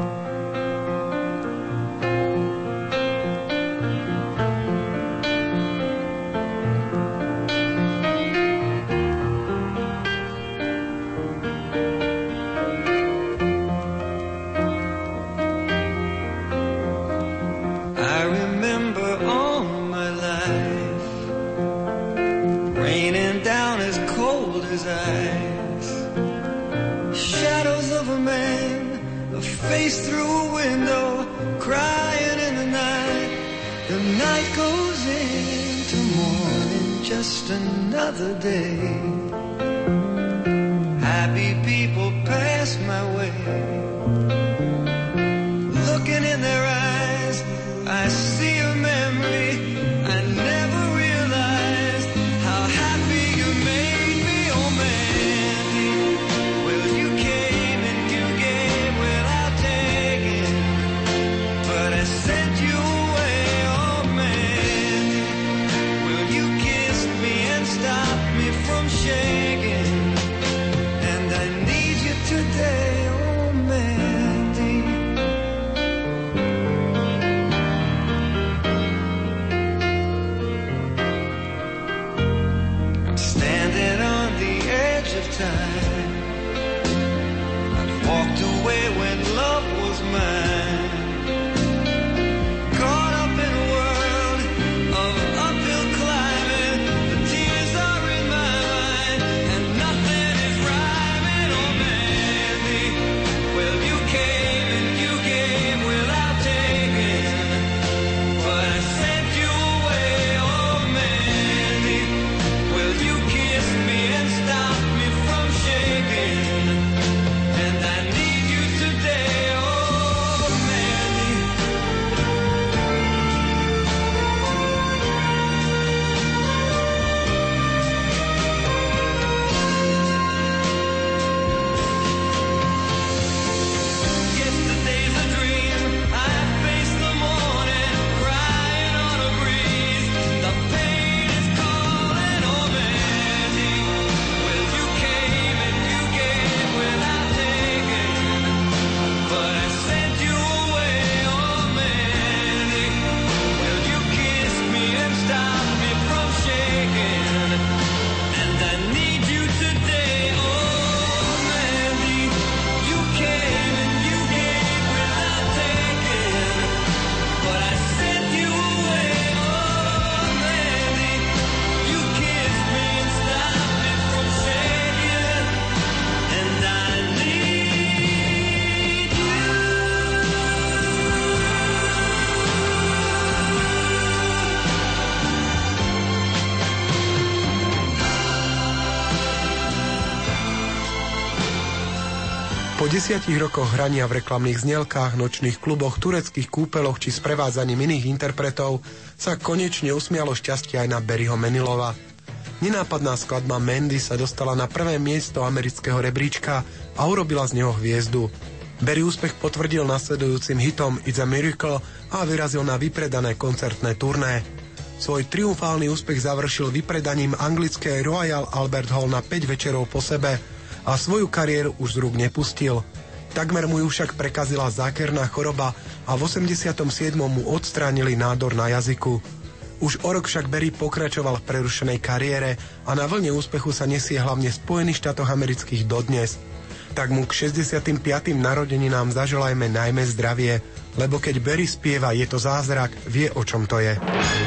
C: Po desiatich rokoch hrania v reklamných znielkách, nočných kluboch, tureckých kúpeloch či sprevádzaním iných interpretov sa konečne usmialo šťastie aj na Barryho Manilowa. Nenápadná skladba Mandy sa dostala na prvé miesto amerického rebríčka a urobila z neho hviezdu. Barry úspech potvrdil nasledujúcim hitom It's a Miracle a vyrazil na vypredané koncertné turné. Svoj triumfálny úspech završil vypredaním anglickej Royal Albert Hall na päť večerov po sebe a svoju kariéru už z rúk nepustil. Takmer mu ju však prekazila zákerná choroba a v osemdesiatom siedmom mu odstránili nádor na jazyku. Už o rok však Barry pokračoval v prerušenej kariére a na vlne úspechu sa nesie hlavne v Spojených štátoch amerických dodnes. Tak mu k šesťdesiatym piatym narodeninám zaželajme najmä zdravie, lebo keď Barry spieva Je to zázrak, vie o čom to je.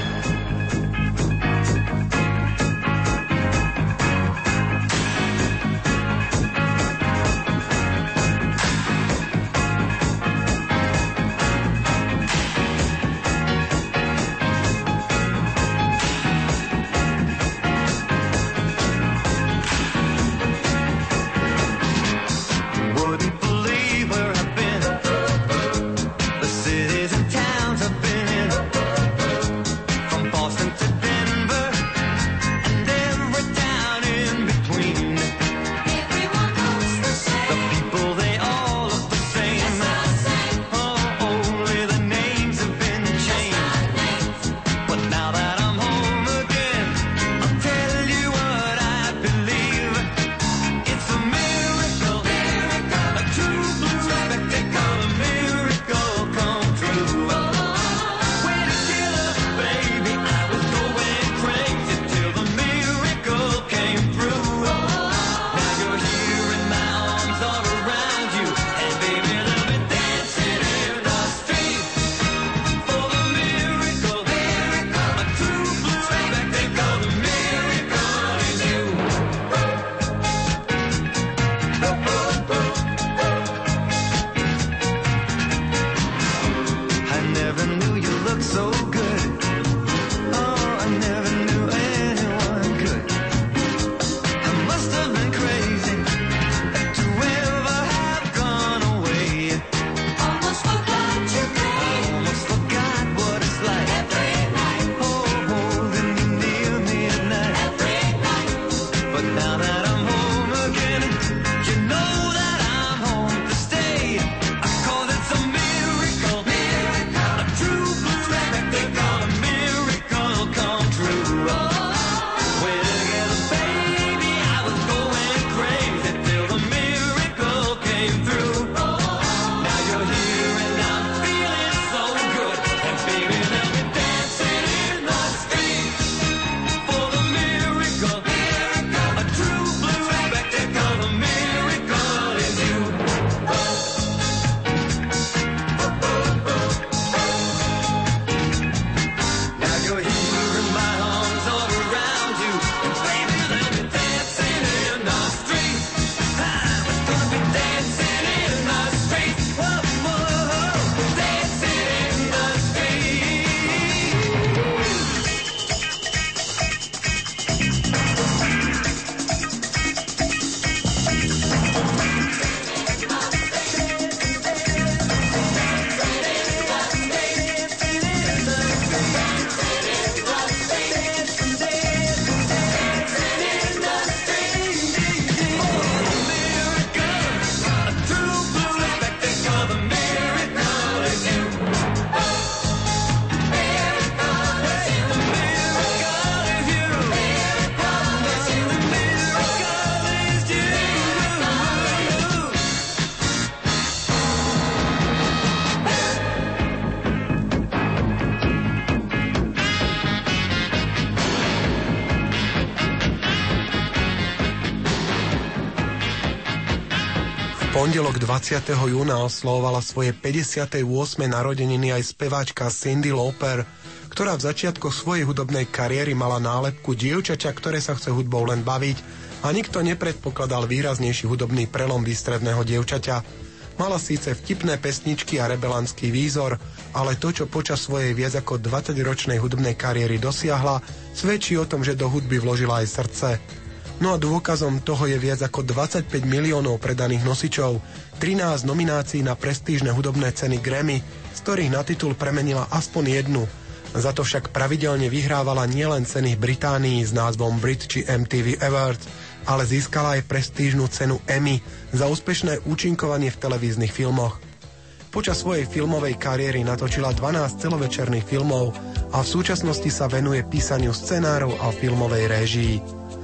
C: pondelok dvadsiateho júna oslovovala svoje päťdesiate ôsme narodeniny aj speváčka Cyndi Lauper, ktorá v začiatku svojej hudobnej kariéry mala nálepku dievčaťa, ktoré sa chce hudbou len baviť, a nikto nepredpokladal výraznejší hudobný prelom výstredného dievčaťa. Mala síce vtipné pesničky a rebelantský výzor, ale to, čo počas svojej viac ako dvadsaťročnej hudobnej kariéry dosiahla, svedčí o tom, že do hudby vložila aj srdce. No a dôkazom toho je viac ako dvadsaťpäť miliónov predaných nosičov, trinásť nominácií na prestížne hudobné ceny Grammy, z ktorých na titul premenila aspoň jednu. Za to však pravidelne vyhrávala nielen ceny v Británii s názvom Brit či em té vé Awards, ale získala aj prestížnu cenu Emmy za úspešné účinkovanie v televíznych filmoch. Počas svojej filmovej kariéry natočila dvanásť celovečerných filmov a v súčasnosti sa venuje písaniu scenárov a filmovej réžii.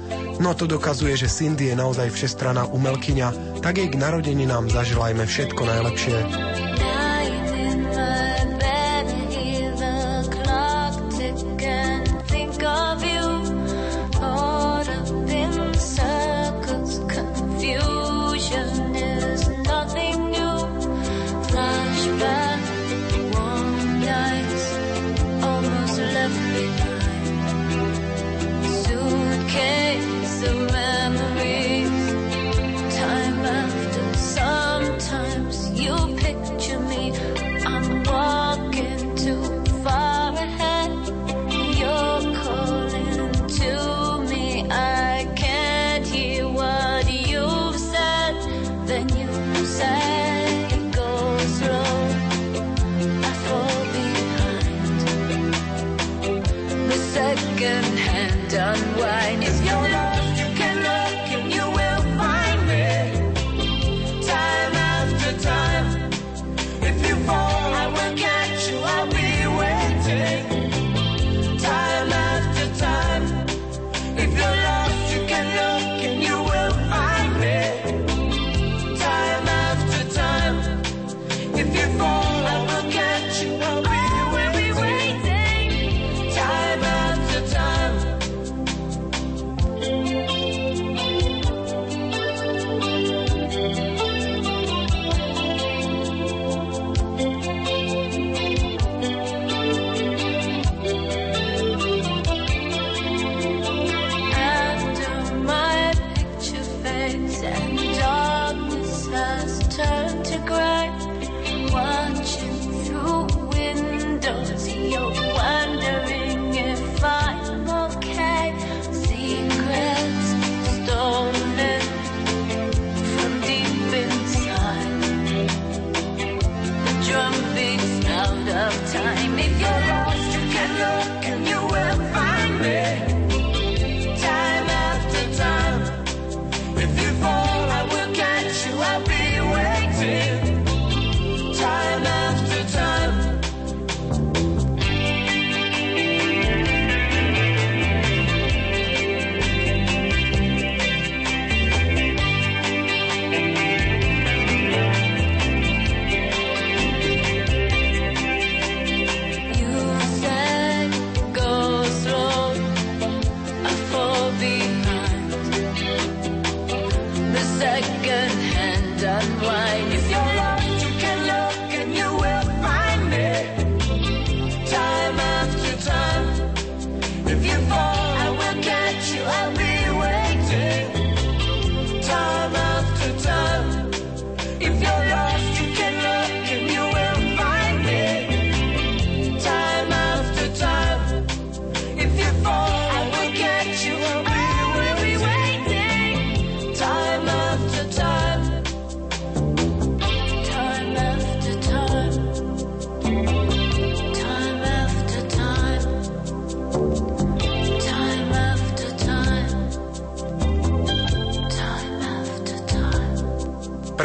C: No to dokazuje, že Cyndi je naozaj všestranná umelkyňa, tak jej k narodeninám zaželajme všetko najlepšie.
G: Confusion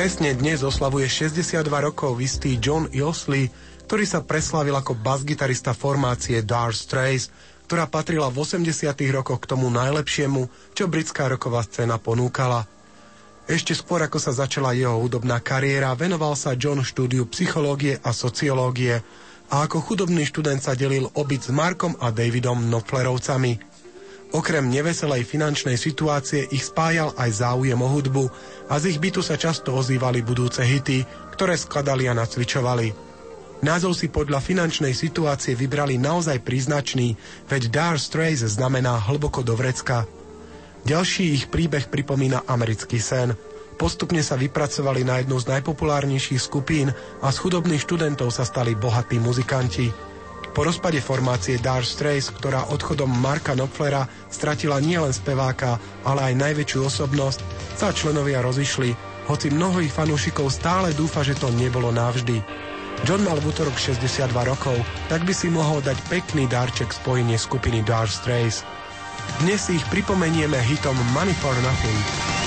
C: Presne dnes oslavuje šesťdesiatdva rokov istý John Illsley, ktorý sa preslávil ako basgitarista formácie Dire Straits, ktorá patrila v osemdesiatych rokoch k tomu najlepšiemu, čo britská roková scéna ponúkala. Ešte skôr, ako sa začala jeho hudobná kariéra, venoval sa John štúdiu psychológie a sociológie a ako chudobný študent sa delil o byt s Markom a Davidom Knopflerovcami. Okrem neveselej finančnej situácie ich spájal aj záujem o hudbu a z ich bytu sa často ozývali budúce hity, ktoré skladali a nacvičovali. Názov si podľa finančnej situácie vybrali naozaj príznačný, veď Dire Straits znamená hlboko do vrecka. Ďalší ich príbeh pripomína americký sen. Postupne sa vypracovali na jednu z najpopulárnejších skupín a z chudobných študentov sa stali bohatí muzikanti. Po rozpade formácie Dire Straits, ktorá odchodom Marka Knopflera stratila nielen speváka, ale aj najväčšiu osobnosť, sa členovia rozišli, hoci mnoho ich fanúšikov stále dúfa, že to nebolo navždy. John mal v útorok šesťdesiatdva rokov, tak by si mohol dať pekný darček spojenie skupiny Dire Straits. Dnes si ich pripomenieme hitom Money for Nothing.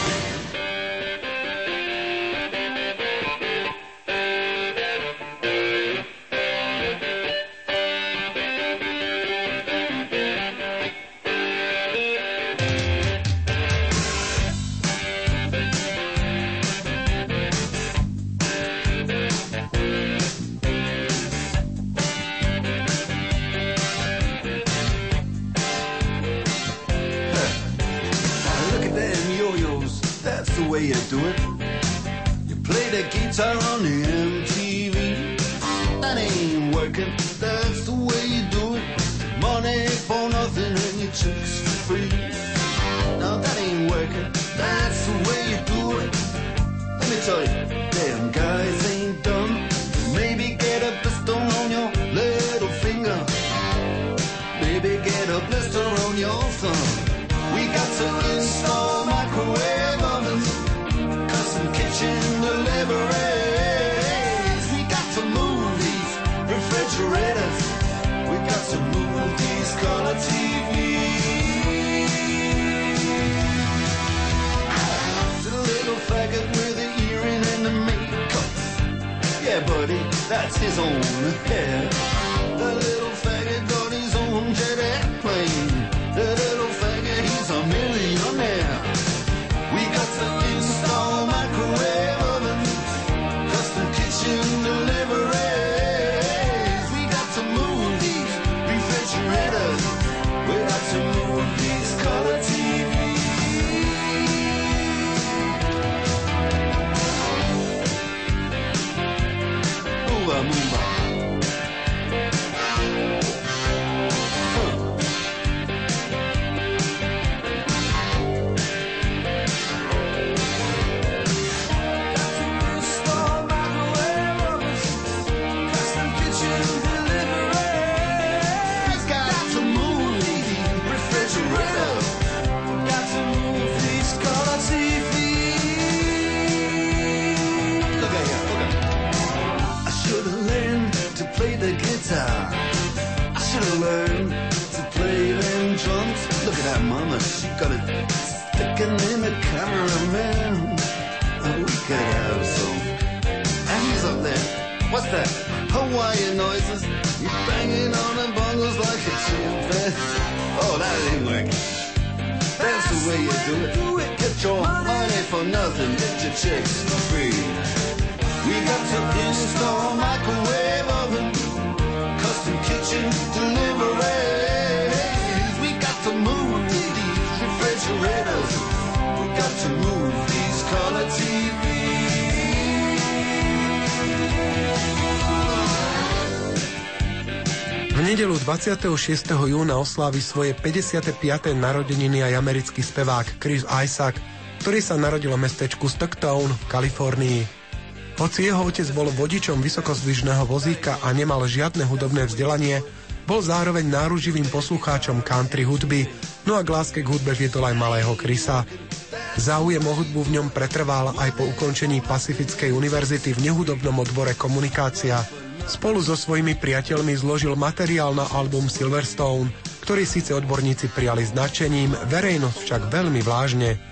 C: V nedeľu dvadsiateho šiesteho júna oslávi svoje päťdesiate piate narodeniny aj americký spevák Chris Isaak, ktorý sa narodil v mestečku Stockton v Kalifornii. Hoci jeho otec bol vodičom vysokozdvižného vozíka a nemal žiadne hudobné vzdelanie, bol zároveň náruživým poslucháčom country hudby, no a k láske k hudbe viedol aj malého Chrisa. Záujem o hudbu v ňom pretrval aj po ukončení Pacifickej univerzity v nehudobnom odbore komunikácia. Spolu so svojimi priateľmi zložil materiál na album Silverstone, ktorý síce odborníci prijali s nadšením, verejnosť však veľmi vážne.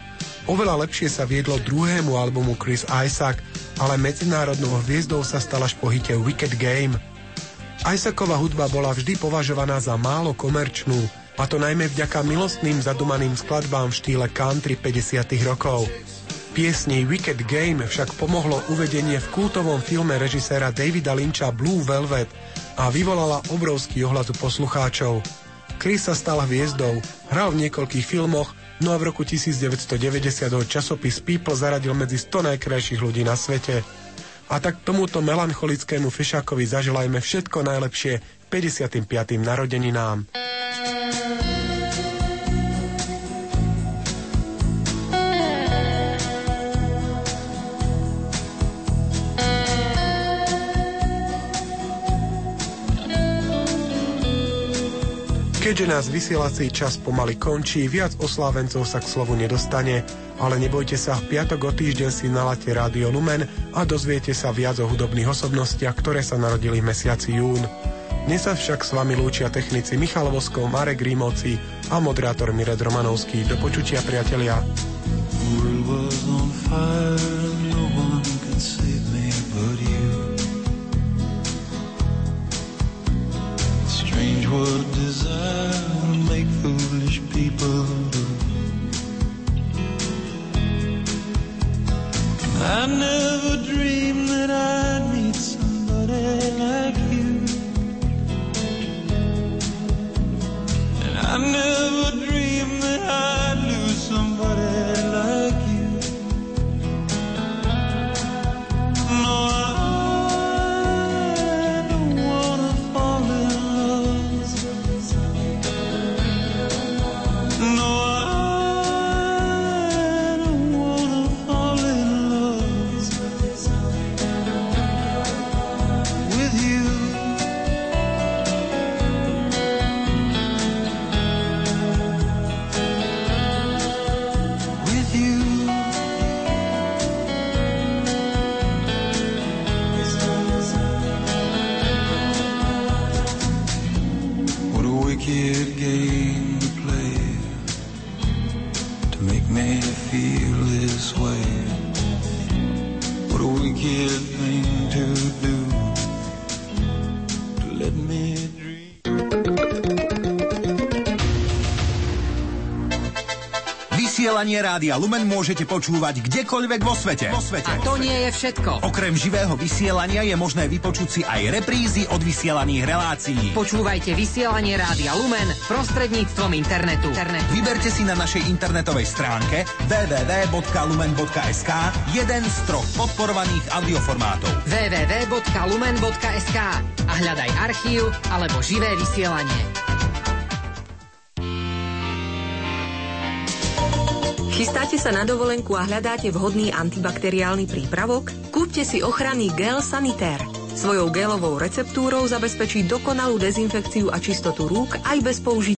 C: Oveľa lepšie sa viedlo druhému albumu Chris Isaak, ale medzinárodnou hviezdou sa stal až po hite Wicked Game. Isaacova hudba bola vždy považovaná za málo komerčnú, a to najmä vďaka milostným zadumaným skladbám v štýle country päťdesiatych rokov. Piesni Wicked Game však pomohlo uvedenie v kultovom filme režiséra Davida Lyncha Blue Velvet a vyvolala obrovský ohľad u poslucháčov. Chris sa stal hviezdou, hral v niekoľkých filmoch, no a v roku devätnásťstodeväťdesiat ho časopis People zaradil medzi sto najkrajších ľudí na svete. A tak tomuto melancholickému fešákovi zaželajme všetko najlepšie k päťdesiatym piatym narodeninám. Keďže nás vysielací čas pomaly končí, viac oslávencov sa k slovu nedostane, ale nebojte sa, v piatok o týždeň si naladte Rádio Lumen a dozviete sa viac o hudobných osobnostiach, ktoré sa narodili v mesiaci jún. Dnes sa však s vami lúčia technici Michal Voskov, Marek Rímovci a moderátor Miret Romanovský. Do počutia, priatelia.
G: Strange what desire will make foolish people do. I never dreamed that I'd meet somebody like you, and I never dreamed that I'd lose somebody like you. No, I
H: Vysielanie Rádia Lumen môžete počúvať kdekoľvek vo svete. vo svete.
I: A to nie je všetko.
H: Okrem živého vysielania je možné vypočuť si aj reprízy od vysielaných relácií.
I: Počúvajte vysielanie Rádia Lumen prostredníctvom internetu. internetu.
H: Vyberte si na našej internetovej stránke w w w bodka lumen bodka es ká jeden z troch podporovaných audioformátov.
I: w w w bodka lumen bodka es ká a hľadaj archív alebo živé vysielanie.
J: Chystáte sa na dovolenku a hľadáte vhodný antibakteriálny prípravok? Kúpte si ochranný gel Sanitaire. Svojou gelovou receptúrou zabezpečí dokonalú dezinfekciu a čistotu rúk aj bez použitia